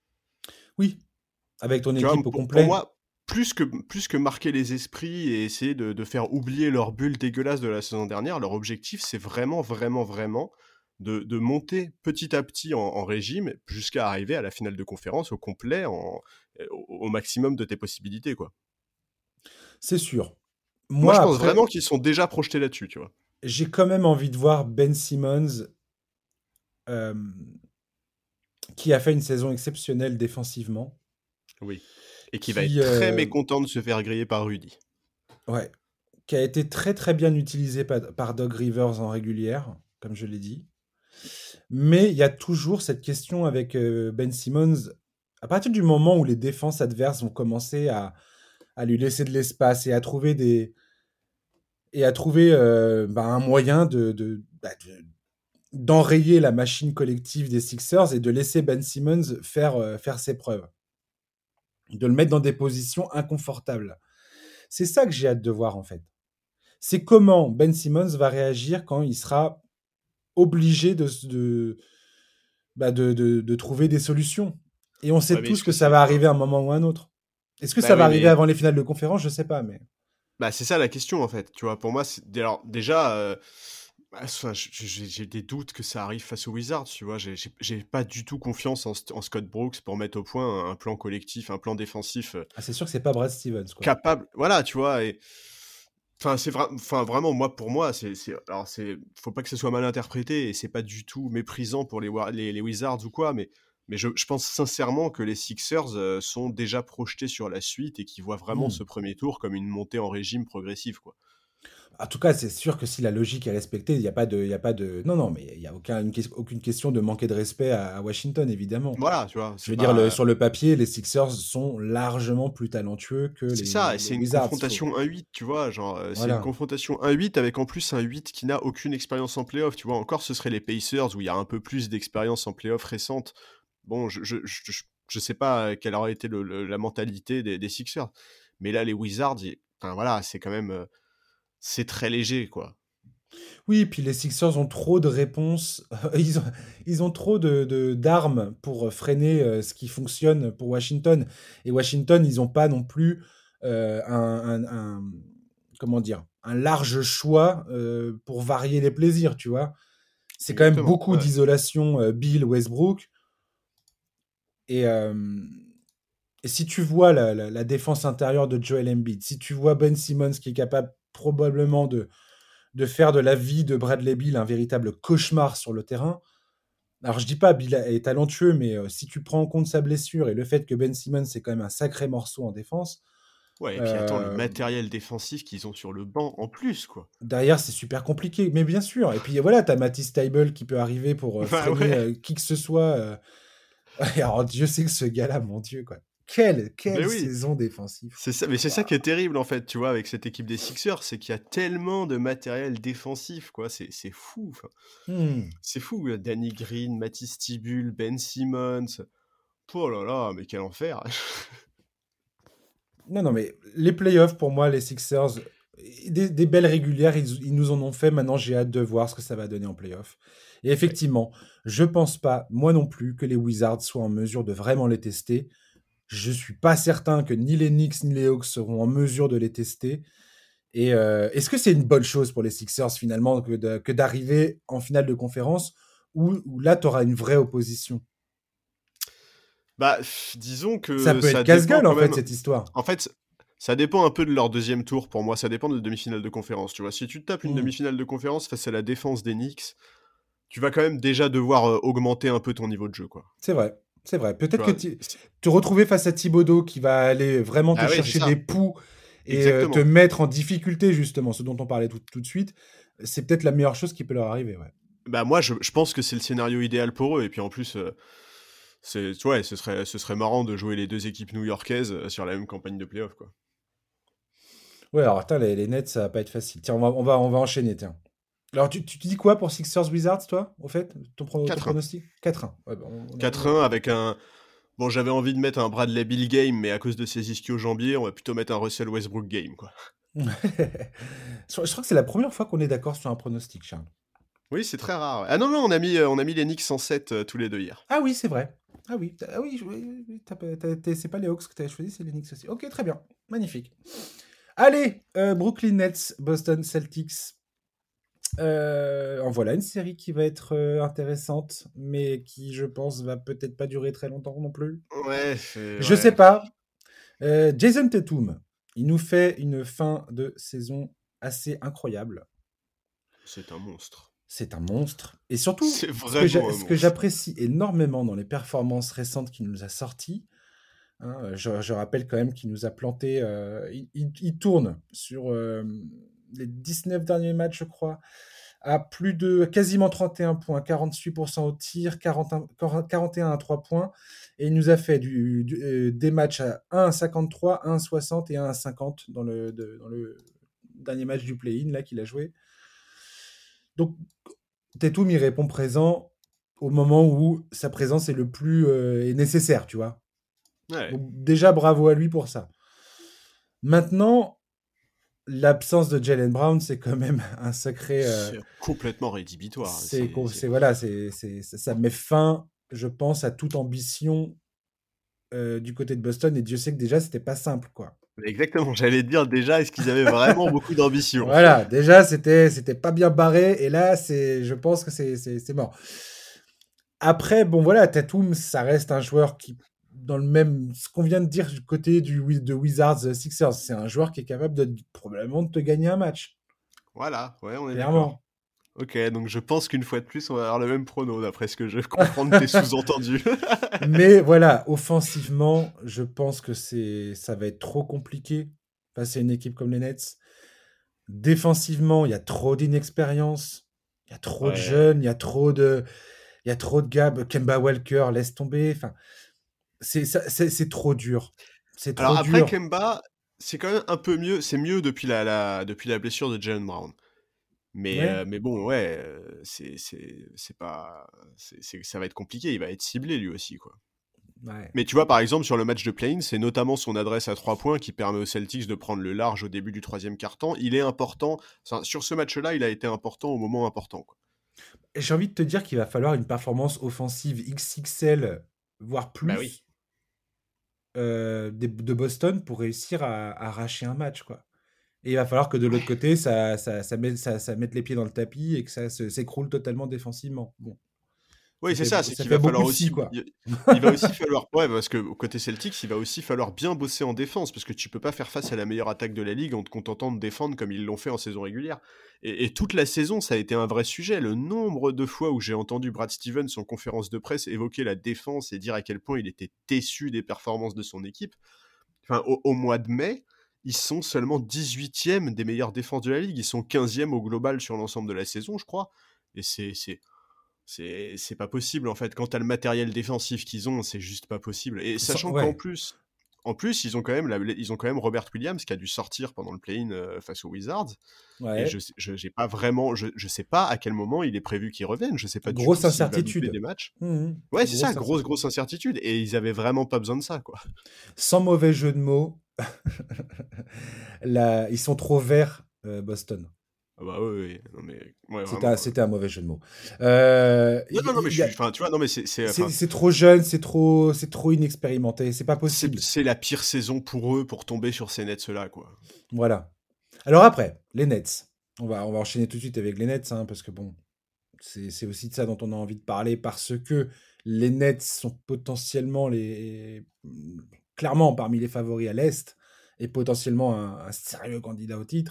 Oui, avec ton Tu vois, équipe au pour, pour complet. moi, plus que, plus que marquer les esprits et essayer de, de faire oublier leur bulle dégueulasse de la saison dernière, leur objectif, c'est vraiment, vraiment, vraiment de, de monter petit à petit en, en régime jusqu'à arriver à la finale de conférence au complet, en, au, au maximum de tes possibilités, quoi. C'est sûr. Moi, Moi, je pense après, vraiment qu'ils sont déjà projetés là-dessus, tu vois. j'ai quand même envie de voir Ben Simmons euh, qui a fait une saison exceptionnelle défensivement, Oui. Et qui va être qui, très euh, mécontent de se faire griller par Rudy. ouais, qui a été très très bien utilisé par, par Doug Rivers en régulière, comme je l'ai dit. Mais il y a toujours cette question avec euh, Ben Simmons. À partir du moment où les défenses adverses vont commencer à, à lui laisser de l'espace et à trouver des et à trouver euh, bah, un moyen de, de, bah, de- d'enrayer la machine collective des Sixers et de laisser Ben Simmons faire, euh, faire ses preuves, de le mettre dans des positions inconfortables. C'est ça que j'ai hâte de voir en fait. C'est comment Ben Simmons va réagir quand il sera obligé de, de, bah, de, de, de trouver des solutions. Et on sait Ouais, mais tous est-ce que que ça c'est... va Enfin, arriver à un moment ou à un autre. Est-ce que bah ça va oui, arriver mais... avant les finales de conférence? Je sais pas, mais. Bah, c'est ça la question, en fait. Tu vois, pour moi, c'est... Alors, déjà... euh, bah, enfin, j- j'ai j'ai des doutes que ça arrive face aux Wizards, tu vois. J'ai j'ai- j'ai pas du tout confiance en, St- en Scott Brooks pour mettre au point un, un plan collectif, un plan défensif euh, Ah, c'est sûr que c'est pas Brad Stevens, quoi. capable. Voilà, tu vois. Et Enfin, c'est vra enfin, vraiment, moi, pour moi, c'est c'est alors c'est faut pas que ce soit mal interprété et c'est pas du tout méprisant pour les War les les Wizards ou quoi, mais mais je je pense sincèrement que les Sixers, heu, sont déjà projetés sur la suite et qu'ils voient vraiment Mmh. ce premier tour comme une montée en régime progressive, quoi. En tout cas, c'est sûr que si la logique est respectée, il y a pas de il y a pas de non, non, mais il y a aucun une ques aucune question de manquer de respect à à Washington, évidemment. Voilà, tu vois? Je C'est veux dire, le pas sur le papier, les Sixers sont largement plus talentueux que c'est ça et les les c'est une Wizards, faut confrontation un huit, tu vois? Genre, heu, c'est une voilà. confrontation un huit avec en plus un huit qui n'a aucune expérience en playoff, tu vois? Encore, ce serait les Pacers où il y a un peu plus d'expérience en playoff récente. Bon, je je je je je sais pas, heu, quelle aurait été le le la mentalité des des Sixers. Mais là, les Wizards, i enfin voilà, c'est quand même, heu, c'est très léger, quoi. Oui, puis les Sixers ont trop de réponses, ils ont ils ont trop de de d'armes pour, freiner, heu, ce qui fonctionne pour Washington et Washington, ils ont pas non plus, heu, un un un comment dire? Un large choix, heu, pour varier les plaisirs, tu vois? C'est quand même Exactement, beaucoup ouais. d'isolation, heu, Beal, Westbrook et hem et si tu vois la la la défense intérieure de Joel Embiid, si tu vois Ben Simmons qui est capable probablement de de faire de la vie de Bradley Beal un véritable cauchemar sur le terrain. Alors je dis pas Beal est talentueux, mais heu, si tu prends en compte sa blessure et le fait que Ben Simmons c'est quand même un sacré morceau en défense, Ouais et puis attends, le hem, matériel défensif qu'ils ont sur le banc en plus, quoi. derrière c'est super compliqué. Mais bien sûr et puis voilà, tu as Matisse Thybulle qui peut arriver pour, heu, Bah freiner, ouais, heu, qui que ce soit, heu et alors Dieu sait que ce gars-là, mon Dieu quoi, quelle mais quelle oui! saison défensive C'est quoi. ça, mais c'est ça Waouh! qui est terrible en fait, tu vois, avec cette équipe des Sixers, c'est qu'il y a tellement de matériel défensif, quoi. C'est c'est fou, enfin, Mmh. c'est fou, heu, Danny Green, Matisse Thybulle, Ben Simmons. Oh là là, mais quel enfer! Non, non, mais les playoffs, pour moi, les Sixers, des, des belles régulières, ils, ils nous en ont fait. Maintenant, j'ai hâte de voir ce que ça va donner en playoffs. Et Ouais. effectivement, je pense pas, moi non plus, que les Wizards soient en mesure de vraiment les tester. Je suis pas certain que ni les Knicks ni les Hawks seront en mesure de les tester. Et euh, est-ce que c'est une bonne chose pour les Sixers finalement que, de- que d'arriver en finale de conférence où, où là, tu auras une vraie opposition? Bah, pff, disons Ça que peut être ça dépend casse-gueule en quand fait, même. cette histoire. En fait, ça dépend un peu de leur deuxième tour pour moi, ça dépend de la demi-finale de conférence, tu vois? Si tu te tapes une Hmm. demi-finale de conférence face à la défense des Knicks, tu vas quand même déjà devoir, heu, augmenter un peu ton niveau de jeu, quoi. C'est vrai, c'est vrai. Tu Peut-être que vois? tu C'est te retrouver face à Thibodeau qui va aller vraiment te bah, ouais, c'est chercher ça, des poux et heu, te exactement. mettre en difficulté justement, ce dont on parlait tout tout de suite, c'est peut-être la meilleure chose qui peut leur arriver, ouais. Bah, moi, je je pense que c'est le scénario idéal pour eux et puis en plus, heu, c'est ouais, ce serait ce serait marrant de jouer les deux équipes new-yorkaises, heu, sur la même campagne de playoff, quoi. Ouais, alors attends, les les Nets, ça va pas être facile. Tiens, on va on va on va enchaîner, tiens. Alors tu tu dis quoi pour Sixers Wizards, toi, au fait? Ton pro ton quatre un. pronostic? quatre un. Ouais, bah, on on a on quatre a un avec un bon, j'avais envie de mettre un Bradley Beal game, mais à cause de ses ischio-jambiers, on va plutôt mettre un Russell Westbrook game, quoi. Je crois je crois que c'est la première fois qu'on est d'accord sur un pronostic, Charles. Oui, c'est très rare, ouais. Ah non, non, on a mis, heu, on a mis les Knicks en sept, heu, tous les deux hier. Ah oui, c'est vrai. Ah oui, tu ah oui, je oui, oui, oui, tu pas tu as c'est pas les Hawks que tu avais choisi, c'est les Knicks aussi. OK, très bien. Magnifique. Allez, heu, Brooklyn Nets, Boston Celtics. Heu, en voilà une série qui va être, heu, intéressante, mais qui, je pense, va peut-être pas durer très longtemps non plus. Ouais, c'est Je sais ouais, pas. Heu, Jason Tatum, il nous fait une fin de saison assez incroyable. c'est un monstre. C'est un monstre et surtout, C'est ce que vraiment j'a un ce que monstre. j'apprécie énormément dans les performances récentes qu'il nous a sorties. Hein, je, je rappelle quand même qu'il nous a planté. Euh, il, il- il tourne sur euh, les dix-neuf derniers matchs, je crois, à plus de quasiment trente et un points, quarante-huit pour cent au tir, quarante et un, quarante et un à trois points. Et il nous a fait du, du- euh, des matchs à un à cinquante-trois, un à soixante et un à cinquante dans le, de- dans le dernier match du play-in là qu'il a joué. Donc, Tatum, il répond présent au moment où sa présence est le plus euh, est nécessaire, tu vois. Ouais, Donc, déjà, bravo à lui pour ça. Maintenant, l'absence de Jalen Brown, c'est quand même un sacré. euh, c'est complètement rédhibitoire, c'est, c'est co- c'est c'est voilà, c'est, c'est, ça ça met fin, je pense, à toute ambition euh, du côté de Boston. Et Dieu sait que déjà, c'était pas simple, quoi. exactement, j'allais te dire déjà, est-ce qu'ils avaient vraiment beaucoup d'ambition? Voilà, déjà, c'était, c'était pas bien barré. Et là, c'est, je pense que c'est, c'est, c'est mort. Après, bon, voilà, Tatum, ça reste un joueur qui dans le même, ce qu'on vient de dire du côté du Wi- de Wizards euh, Sixers. C'est un joueur qui est capable de probablement de te gagner un match, Voilà, ouais, on est d'accord. clairement. Ok, donc je pense qu'une fois de plus, on va avoir le même prono, d'après ce que je comprends de tes sous-entendus. Mais voilà, offensivement, je pense que c'est, ça va être trop compliqué face à une équipe comme les Nets. Défensivement, il y a trop d'inexpérience, il y a trop de Ouais. jeunes, il y a trop de, il y a trop de gars. Kemba Walker, laisse tomber. Enfin, c'est, ça- c'est, c'est trop dur. C'est Alors trop après, dur. Kemba, c'est quand même un peu mieux. C'est mieux depuis la, la- depuis la blessure de Jalen Brown. Mais, Ouais, euh, mais bon, ouais, euh, c'est, c'est, c'est pas, c'est, c'est- ça va être compliqué. Il va être ciblé lui aussi, quoi. ouais. Mais tu vois, par exemple, sur le match de play-in, c'est notamment son adresse à trois points qui permet aux Celtics de prendre le large au début du troisième quart-temps. Il est important. Enfin, sur ce match-là, il a été important au moment important, quoi. Et j'ai envie de te dire qu'il va falloir une performance offensive X X L, voire Bah oui. plus, euh, des- de Boston pour réussir à, à arracher un match, quoi. Et il va falloir que de l'autre côté, ça, ça, ça, mette, ça, ça mette les pieds dans le tapis et que ça se- s'écroule totalement défensivement. Bon, Oui, ça c'est fait, ça, beau- c'est ça qu'il fait va beaucoup falloir de si, aussi, quoi. il il va aussi falloir, ouais, parce que côté Celtics, il va aussi falloir bien bosser en défense, parce que tu peux pas faire face à la meilleure attaque de la ligue en te contentant de défendre comme ils l'ont fait en saison régulière. Et, et toute la saison, ça a été un vrai sujet. Le nombre de fois où j'ai entendu Brad Stevens en conférence de presse évoquer la défense et dire à quel point il était déçu des performances de son équipe. Enfin, au, au mois de mai, ils sont seulement dix-huitième des meilleures défenses de la ligue. Ils sont quinzième au global sur l'ensemble de la saison, je crois. Et c'est, c'est, c'est c'est pas possible en fait. Quand t'as le matériel défensif qu'ils ont, c'est juste pas possible. Et Sans- sachant qu'en ouais, plus, en plus, ils ont quand même la- ils ont quand même Robert Williams qui a dû sortir pendant le play-in euh, face aux Wizards. Et je ouais. sais- je j'ai pas vraiment, je, je sais pas à quel moment il est prévu qu'il revienne. Je sais pas du tout Grosse s'il va louper incertitude. des matchs. Mhm. Ouais, c'est ça, Grosse grosse incertitude. grosse incertitude. Et ils avaient vraiment pas besoin de ça, quoi. Sans mauvais jeu de mots, là, ils sont trop verts, euh, Boston. Ah bah oui, oui, non mais ouais C'était un, vraiment. c'était un mauvais jeu de mots. Euh, Non y- non non mais y- je y suis, a- enfin tu vois, non mais c'est c'est c'est enfin c'est trop jeune, c'est trop, c'est trop inexpérimenté, c'est pas c'est possible. c'est la pire saison pour eux pour tomber sur ces Nets là, quoi. Voilà. Alors après, les Nets. On va, on va enchaîner tout de suite avec les Nets, hein, parce que bon, c'est c'est aussi de ça dont on a envie de parler, parce que les Nets sont potentiellement les, clairement parmi les favoris à l'Est, et potentiellement un, un sérieux candidat au titre.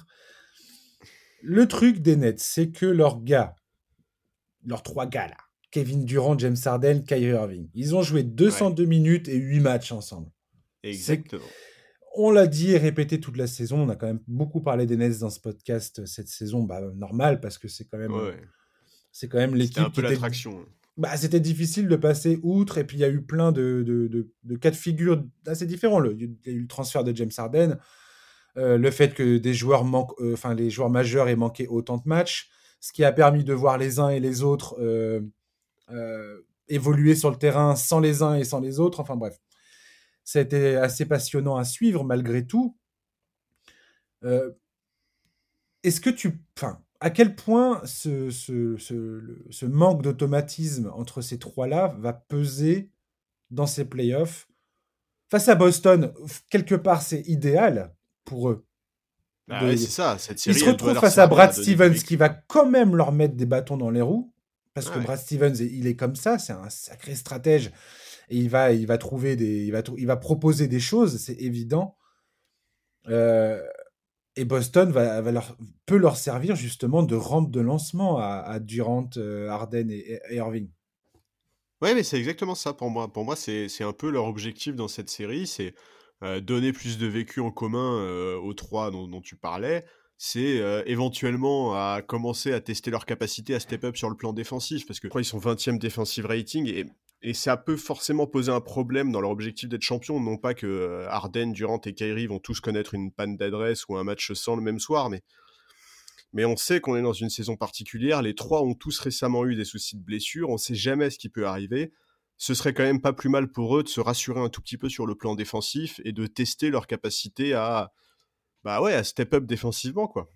Le truc des Nets, c'est que leurs gars, leurs trois gars là, Kevin Durant, James Harden, Kyrie Irving, ils ont joué Ouais, deux cent deux minutes et huit matchs ensemble. C'est, exactement. on l'a dit et répété toute la saison, on a quand même beaucoup parlé des Nets dans ce podcast cette saison, bah, normal, parce que c'est quand même, euh, Ouais, c'est quand même c'était un l'équipe qui peu était, l'attraction. bah, c'était difficile de passer outre, et puis il y a eu plein de, de, de, de cas de figure assez différents. Le- Il y a eu le transfert de James Harden, euh, le fait que des joueurs manquent, euh, enfin les joueurs majeurs aient manqué autant de matchs, ce qui a permis de voir les uns et les autres euh, euh, évoluer sur le terrain sans les uns et sans les autres. Enfin bref, ça a été assez passionnant à suivre malgré tout. Euh, Est-ce que tu, enfin, à quel point ce, ce, ce, le- ce manque d'automatisme entre ces trois-là va peser dans ces playoffs face à Boston? Quelque part, c'est idéal pour eux. Ah ouais, De... c'est ça, cette Ils se série, elle doit retrouvent leur face à servir Brad à donner du Stevens qui vécu, va quoi. quand même leur mettre des bâtons dans les roues. Parce Ah que ouais. Brad Stevens, il est comme ça, c'est un sacré stratège. Et il va, il va trouver des, il va, il va proposer des choses, c'est évident. Euh, et Boston va, va leur, peut leur servir justement de rampe de lancement à, à Durant, euh, Harden et, et Irving. Ouais, mais c'est exactement ça pour moi. Pour moi, c'est c'est un peu leur objectif dans cette série, c'est euh, donner plus de vécu en commun euh, aux trois dont, dont tu parlais. C'est euh, éventuellement à commencer à tester leur capacité à step up sur le plan défensif, parce que je crois qu'ils sont vingtième defensive rating, et, et ça peut forcément poser un problème dans leur objectif d'être champion. Non pas que euh, Harden, Durant et Kyrie vont tous connaître une panne d'adresse ou un match sans le même soir, mais mais on sait qu'on est dans une saison particulière. Les trois ont tous récemment eu des soucis de blessure. On ne sait jamais ce qui peut arriver. Ce serait quand même pas plus mal pour eux de se rassurer un tout petit peu sur le plan défensif et de tester leur capacité à, bah ouais, à step up défensivement, quoi.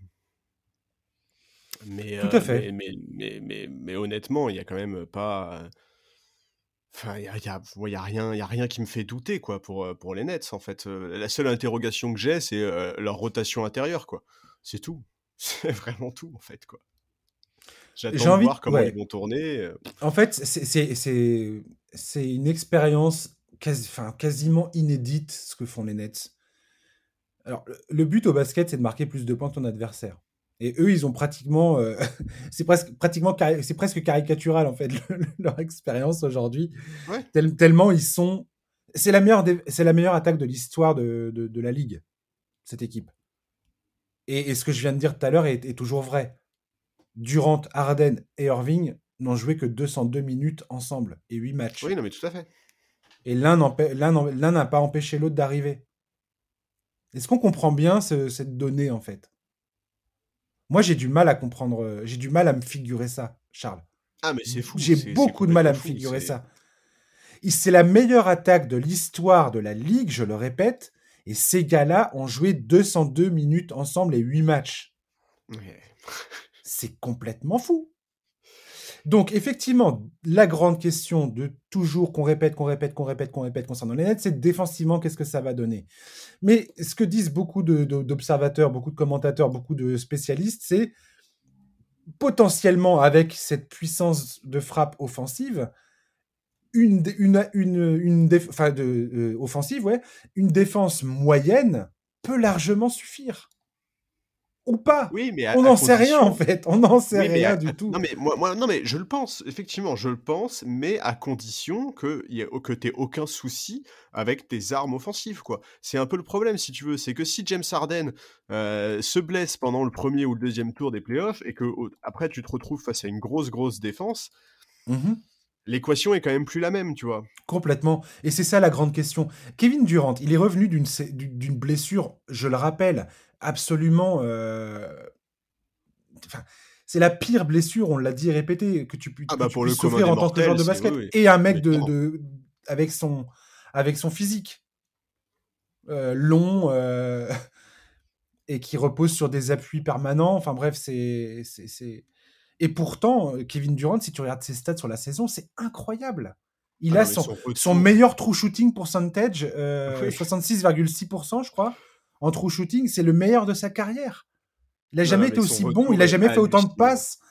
Mais, Tout à euh, mais, fait. mais, mais, mais, mais honnêtement, il y a quand même pas. Enfin, il y a, y a- ouais, y a rien, y a rien qui me fait douter, quoi, pour, euh, pour les Nets, en fait. Euh, La seule interrogation que j'ai, c'est euh, leur rotation intérieure, quoi. C'est tout. C'est vraiment tout, en fait, quoi. J'ai J'attends de envie, voir de- comment ils ouais. vont tourner. euh, En fait, c'est c'est- c'est- c'est une expérience quasi, enfin, quasiment inédite, ce que font les Nets. Alors, le, le but au basket, c'est de marquer plus de points que ton adversaire. Et eux, ils ont pratiquement, euh, c'est presque, pratiquement, cari- c'est presque caricatural en fait le- le- leur expérience aujourd'hui. Ouais. Tel- tellement ils sont, c'est la meilleure, dé- c'est la meilleure attaque de l'histoire de, de, de la ligue, cette équipe. Et, et ce que je viens de dire tout à l'heure est, est toujours vrai. Durant, Harden et Irving n'ont joué que deux cent deux minutes ensemble et huit matchs. Oui, non, mais tout à fait. Et l'un n'empê- l'un n'en- l'un n'a pas empêché l'autre d'arriver. Est-ce qu'on comprend bien ce- cette donnée en fait? Moi, j'ai du mal à comprendre, euh, j'ai du mal à me figurer ça, Charles. Ah, mais c'est fou, J'ai c'est c'est beaucoup de mal à complètement me fou. figurer C'est ça. Et c'est la meilleure attaque de l'histoire de la ligue, je le répète. Et ces gars-là ont joué deux cent deux minutes ensemble et huit matchs. ouais. C'est complètement fou. Donc, effectivement, la grande question de toujours qu'on répète, qu'on répète, qu'on répète, qu'on répète concernant les Nets, c'est défensivement, qu'est-ce que ça va donner? Mais ce que disent beaucoup de- de- d'observateurs, beaucoup de commentateurs, beaucoup de spécialistes, c'est potentiellement, avec cette puissance de frappe offensive, une, dé- une, une, une déf- enfin de, euh, offensive, ouais, une défense moyenne peut largement suffire. Ou pas. Oui, mais à, On à n'en sait rien, en condition. fait. On n'en sait Oui, mais rien à- du tout. non, mais moi, moi, non, mais je le pense. Effectivement, je le pense, mais à condition que y ait, que t'aies aucun souci avec tes armes offensives, quoi. C'est un peu le problème, si tu veux, c'est que si James Harden euh, se blesse pendant le premier ou le deuxième tour des playoffs et que au- après tu te retrouves face à une grosse grosse défense, Mhm. l'équation est quand même plus la même, tu vois. Complètement. Et c'est ça la grande question. Kevin Durant, il est revenu d'une sé- d'une d'une blessure, je le rappelle, absolument. euh, Enfin, c'est la pire blessure, on l'a dit et répété, que tu, pu- Ah que bah tu pour le puisses commun souffrir des en tant que joueur mortels, de c'est oui, basket. oui, Et un mec mais de, clairement. de, avec, son, avec son physique euh, long euh, et qui repose sur des appuis permanents. Enfin bref, c'est. c'est- c'est- Et pourtant, euh, Kevin Durant, si tu regardes ses stats sur la saison, c'est incroyable. Il Ah a non, mais son, son son retour, meilleur true shooting percentage, euh, oui. soixante-six virgule six pour cent, je crois, en true shooting. C'est le meilleur de sa carrière. Il n'a Non, jamais non, été mais son aussi bon. Il retour n'a est jamais fait autant de hallucinant. passes.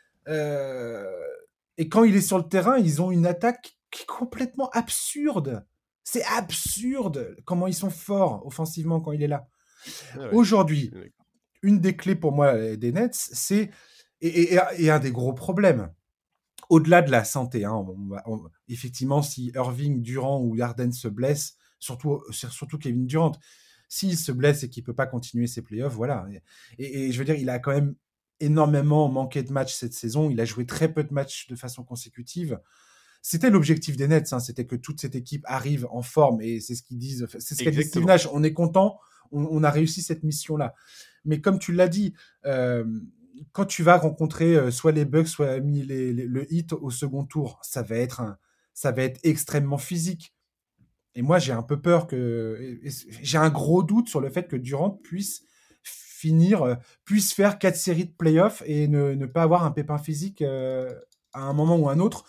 Euh, et quand il est sur le terrain, ils ont une attaque qui est complètement absurde. C'est absurde comment ils sont forts offensivement quand il est là. Ah ouais, je, suis je suis Aujourd'hui, bien d'accord. une des clés pour moi euh, des Nets, c'est et, et- et un des gros problèmes, au-delà de la santé, hein, on va- on- effectivement, si Irving, Durant ou Harden se blessent, surtout, surtout Kevin Durant, s'il se blesse et qu'il peut pas continuer ses playoffs, voilà. Et, et je veux dire, il a quand même énormément manqué de matchs cette saison. Il a joué très peu de matchs de façon consécutive. C'était l'objectif des Nets, hein, c'était que toute cette équipe arrive en forme et c'est ce qu'ils disent, c'est ce qu'a dit Steve Exactement. Nash. On est content, on, on a réussi cette mission-là. Mais comme tu l'as dit, euh, quand tu vas rencontrer euh, soit les Bucks, soit les, les, le Heat au second tour, ça va être un, ça va être extrêmement physique. Et moi, j'ai un peu peur que, j'ai un gros doute sur le fait que Durant puisse finir, euh, puisse faire quatre séries de playoffs et ne, ne pas avoir un pépin physique euh, à un moment ou un autre.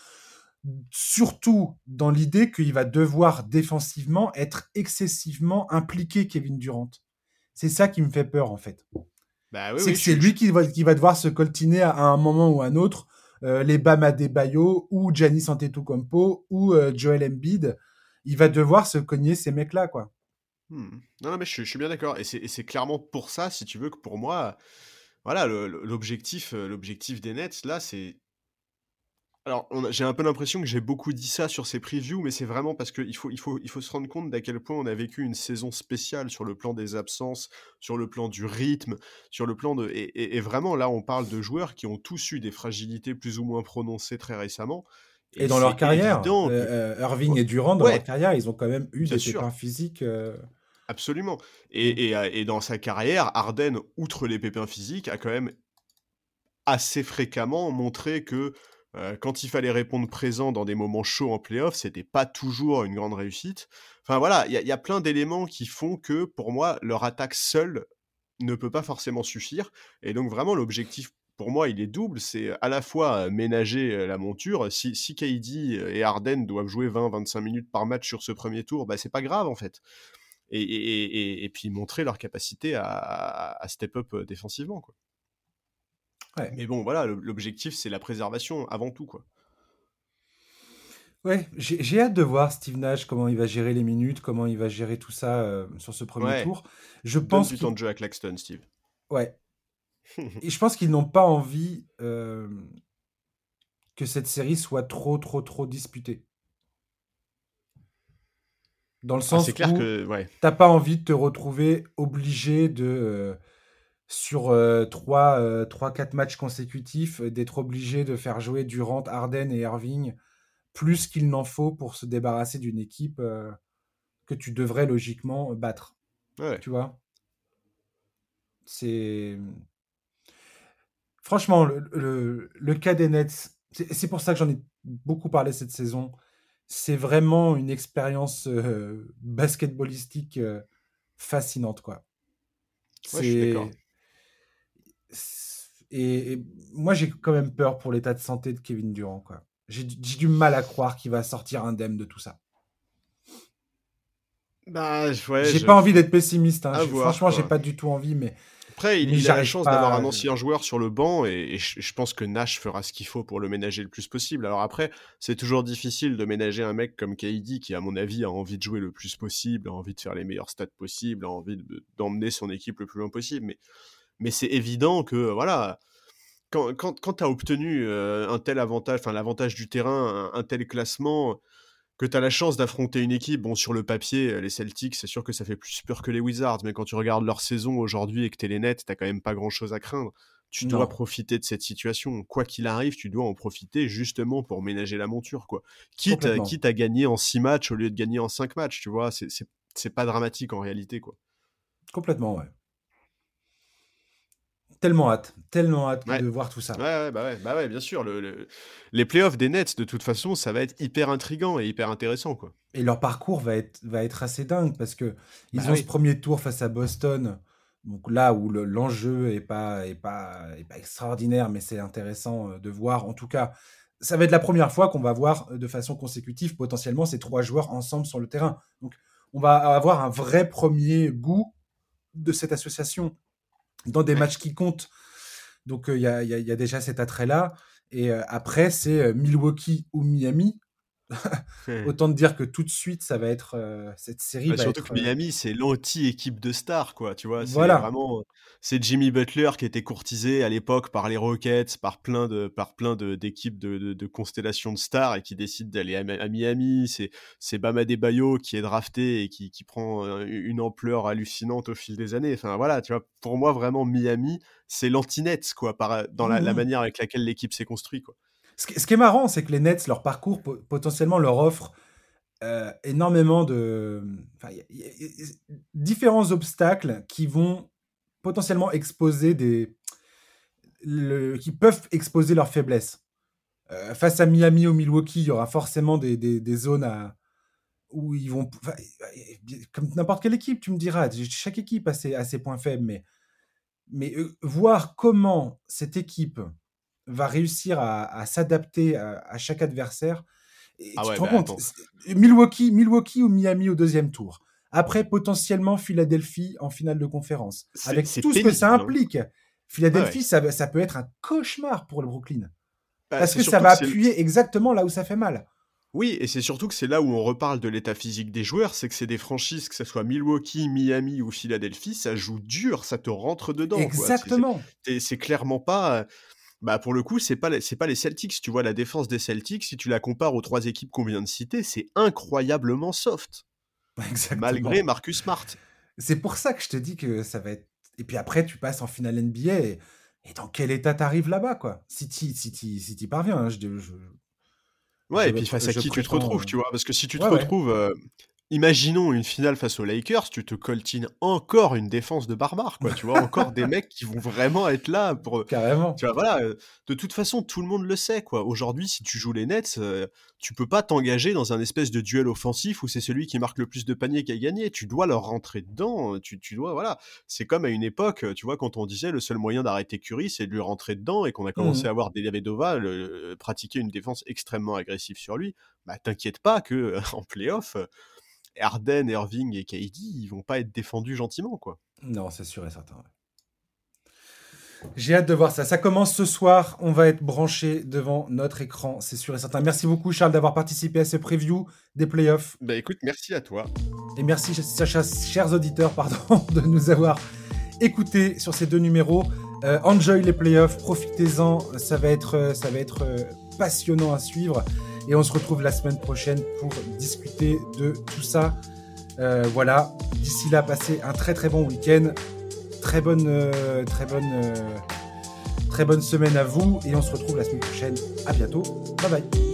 Surtout dans l'idée qu'il va devoir défensivement être excessivement impliqué, Kevin Durant. C'est ça qui me fait peur, en fait. Bah oui, C'est oui, que je, c'est suis- je lui qui va, qui va devoir se coltiner à, à un moment ou à un autre euh, les Bam Adebayo ou Giannis Antetokounmpo ou euh, Joel Embiid. Il va devoir se cogner ces mecs-là, quoi. Hmm. Non, non, mais je, suis je suis bien d'accord. Et c'est et c'est clairement pour ça, si tu veux, que pour moi, voilà, le- le- l'objectif, euh, l'objectif des Nets, là, c'est. Alors, on a- j'ai un peu l'impression que j'ai beaucoup dit ça sur ces previews, mais c'est vraiment parce qu'il faut, il faut, il faut se rendre compte d'à quel point on a vécu une saison spéciale sur le plan des absences, sur le plan du rythme, sur le plan de. Et, et- et vraiment, là, on parle de joueurs qui ont tous eu des fragilités plus ou moins prononcées très récemment. Et Et dans leur c'est carrière, évident que. euh, euh, Irving et Durant, dans leur Ouais, carrière, ils ont quand même eu bien des pépins sûr. physiques. euh, Absolument. mm. Et, et, euh, et dans sa carrière, Harden, outre les pépins physiques, a quand même assez fréquemment montré que euh, quand il fallait répondre présent dans des moments chauds en playoff, c'était pas toujours une grande réussite. Enfin voilà, il y, a- il y a plein d'éléments qui font que, pour moi, leur attaque seule ne peut pas forcément suffire. Et donc vraiment, l'objectif, pour moi, il est double. C'est à la fois euh, ménager euh, la monture. Si, si K D et Harden doivent jouer vingt à vingt-cinq minutes par match sur ce premier tour, bah, c'est pas grave en fait. Et, et, et, et puis montrer leur capacité à, à, à step up euh, défensivement, quoi. Ouais. Mais bon, voilà, le- l'objectif, c'est la préservation avant tout, quoi. Ouais, j'ai j'ai hâte de voir Steve Nash, comment il va gérer les minutes, comment il va gérer tout ça euh, sur ce premier Ouais, tour. Je donne pense du temps qu'il... de jeu à Claxton, Steve. Ouais. Et je pense qu'ils n'ont pas envie euh, que cette série soit trop, trop, trop disputée. Dans le Ah, c'est sens clair où que, ouais. t'as pas envie de te retrouver obligé de, euh, sur euh, trois, euh, trois, quatre matchs consécutifs, euh, d'être obligé de faire jouer Durant, Harden et Irving plus qu'il n'en faut pour se débarrasser d'une équipe euh, que tu devrais logiquement battre. Ouais. Tu vois? C'est... Franchement, le, le, le cas des Nets, c'est c'est pour ça que j'en ai beaucoup parlé cette saison. C'est vraiment une expérience euh, basketballistique euh, fascinante, quoi. Ouais, je suis d'accord. C'est... Et, et moi, j'ai quand même peur pour l'état de santé de Kevin Durant, quoi. J'ai j'ai du mal à croire qu'il va sortir indemne de tout ça. Bah, ouais, J'ai je... pas envie d'être pessimiste, hein. à J'ai- voir, franchement, j'ai quoi. pas du tout envie, mais, Après, il, mais il a la j'arrive chance d'avoir un pas. ancien joueur sur le banc et, et je, je pense que Nash fera ce qu'il faut pour le ménager le plus possible. Alors après, c'est toujours difficile de ménager un mec comme K D qui, à mon avis, a envie de jouer le plus possible, a envie de faire les meilleurs stats possibles, a envie de- d'emmener son équipe le plus loin possible. Mais, mais c'est évident que, voilà, quand, quand, quand tu as obtenu euh, un tel avantage, enfin l'avantage du terrain, un, un tel classement, que tu as la chance d'affronter une équipe, bon, sur le papier, euh, les Celtics, c'est sûr que ça fait plus peur que les Wizards, mais quand tu regardes leur saison aujourd'hui et que t'es les Nets, t'as quand même pas grand-chose à craindre. Tu dois Non, profiter de cette situation. Quoi qu'il arrive, tu dois en profiter justement pour ménager la monture, quoi. Quitte, à- complètement. quitte à gagner en six matchs au lieu de gagner en cinq matchs, tu vois, c'est c'est- c'est pas dramatique en réalité, quoi. Complètement, ouais. Tellement hâte. Tellement hâte que Ouais. de voir tout Ouais, ça. ouais, bah ouais, bah ouais, bien sûr. Le, le- Les playoffs des Nets, de toute façon, ça va être hyper intriguant et hyper intéressant, quoi. Et leur parcours va être, va être assez dingue parce que ils Bah ont ce oui. premier tour face à Boston. Donc là où le- l'enjeu est pas, est pas, est pas extraordinaire, mais c'est intéressant euh, de voir. En tout cas, ça va être la première fois qu'on va voir euh, de façon consécutive potentiellement ces trois joueurs ensemble sur le terrain. Donc on va avoir un vrai premier goût de cette association dans des Ouais. matchs qui comptent. Donc il euh, y, a, y, a, y, a, déjà cet attrait-là. Et euh, après, c'est euh, Milwaukee ou Miami. Autant te dire que tout de suite, ça va être euh, cette série Bah, va surtout que être euh, Miami, c'est l'anti-équipe de stars, quoi, tu vois? C'est voilà. vraiment, c'est Jimmy Butler qui était courtisé à l'époque par les Rockets, par plein de par plein de d'équipes de de de constellations de stars et qui décide d'aller à à Miami. C'est c'est Bam Adebayo qui est drafté et qui qui prend, heu, une ampleur hallucinante au fil des années. Enfin, voilà, tu vois? Pour moi, vraiment, Miami, c'est l'anti-Nets, quoi, par dans la la Mmh. manière avec laquelle l'équipe s'est construite, quoi. Ce, qui, ce, qui est marrant, c'est que les Nets, leur parcours po- potentiellement leur offre euh, énormément de, enfin, y a, y a, y a différents obstacles qui vont potentiellement exposer des, le, qui peuvent exposer leurs faiblesses. Euh, face à Miami ou Milwaukee, il y aura forcément des, des, des zones à, où ils vont, enfin, comme n'importe quelle équipe, tu me diras, chaque équipe a ses, a ses points faibles, mais, mais euh, voir comment cette équipe va réussir à, à s'adapter à, à chaque adversaire, et Ah tu ouais, te rends bah, compte, attends, Milwaukee, Milwaukee ou Miami au deuxième tour. Après, potentiellement, Philadelphie en finale de conférence. c'est Avec c'est tout ce que ça pénible, hein. implique, Ouais, ouais. Philadelphie, ça, ça peut être un cauchemar pour le Brooklyn. Bah, Parce c'est que ça surtout va que c'est appuyer exactement là où ça fait mal. Oui, et c'est surtout que c'est là où on reparle de l'état physique des joueurs, c'est que c'est des franchises, que ce soit Milwaukee, Miami ou Philadelphie, ça joue dur, ça te rentre dedans, quoi. C'est c'est- Exactement. c'est- c'est clairement pas, euh, bah pour le coup, c'est pas, les- c'est pas les Celtics. Tu vois, la défense des Celtics, si tu la compares aux trois équipes qu'on vient de citer, c'est incroyablement soft, malgré Exactement. Marcus Smart. C'est pour ça que je te dis que ça va être. Et puis après, tu passes en finale N B A. Et, et dans quel état t'arrives là-bas, quoi? Si tu si t'y- si t'y parviens, hein, je, je, Ouais, je, et puis face à je qui tu te prétends. retrouves, euh, tu vois? Parce que si tu te Ouais, ouais, retrouves, euh, imaginons une finale face aux Lakers, tu te coltines encore une défense de barbares, quoi, tu vois? Encore des mecs qui vont vraiment être là pour, carrément. tu vois? Voilà, heu, de toute façon, tout le monde le sait, quoi. Aujourd'hui, si tu joues les Nets, heu, tu peux pas t'engager dans un espèce de duel offensif où c'est celui qui marque le plus de paniers qui a gagné. Tu dois leur rentrer dedans, heu, tu tu dois voilà. C'est comme à une époque, heu, tu vois, quand on disait: «Le seul moyen d'arrêter Curry, c'est de lui rentrer dedans» et qu'on a commencé à Mhm. voir Dellavedova le pratiquer une défense extrêmement agressive sur lui. Bah, t'inquiète pas que euh, en playoff, euh, Harden, Irving et K D, ils vont pas être défendus gentiment, quoi. Non, c'est sûr et certain. Ouais. J'ai hâte de voir ça. Ça commence ce soir. On va être branché devant notre écran, c'est sûr et certain. Merci beaucoup, Charles, d'avoir participé à ce preview des playoffs. Bah écoute, merci à toi. Et merci, chers auditeurs, pardon, de nous avoir écoutés sur ces deux numéros. Euh, enjoy les playoffs, profitez-en. Ça va être, ça va être euh, passionnant à suivre. Et on se retrouve la semaine prochaine pour discuter de tout ça. Euh, voilà. D'ici là, passez un très très bon week-end. Très bonne, euh, très bonne, euh, très bonne semaine à vous. Et on se retrouve la semaine prochaine. À bientôt. Bye bye.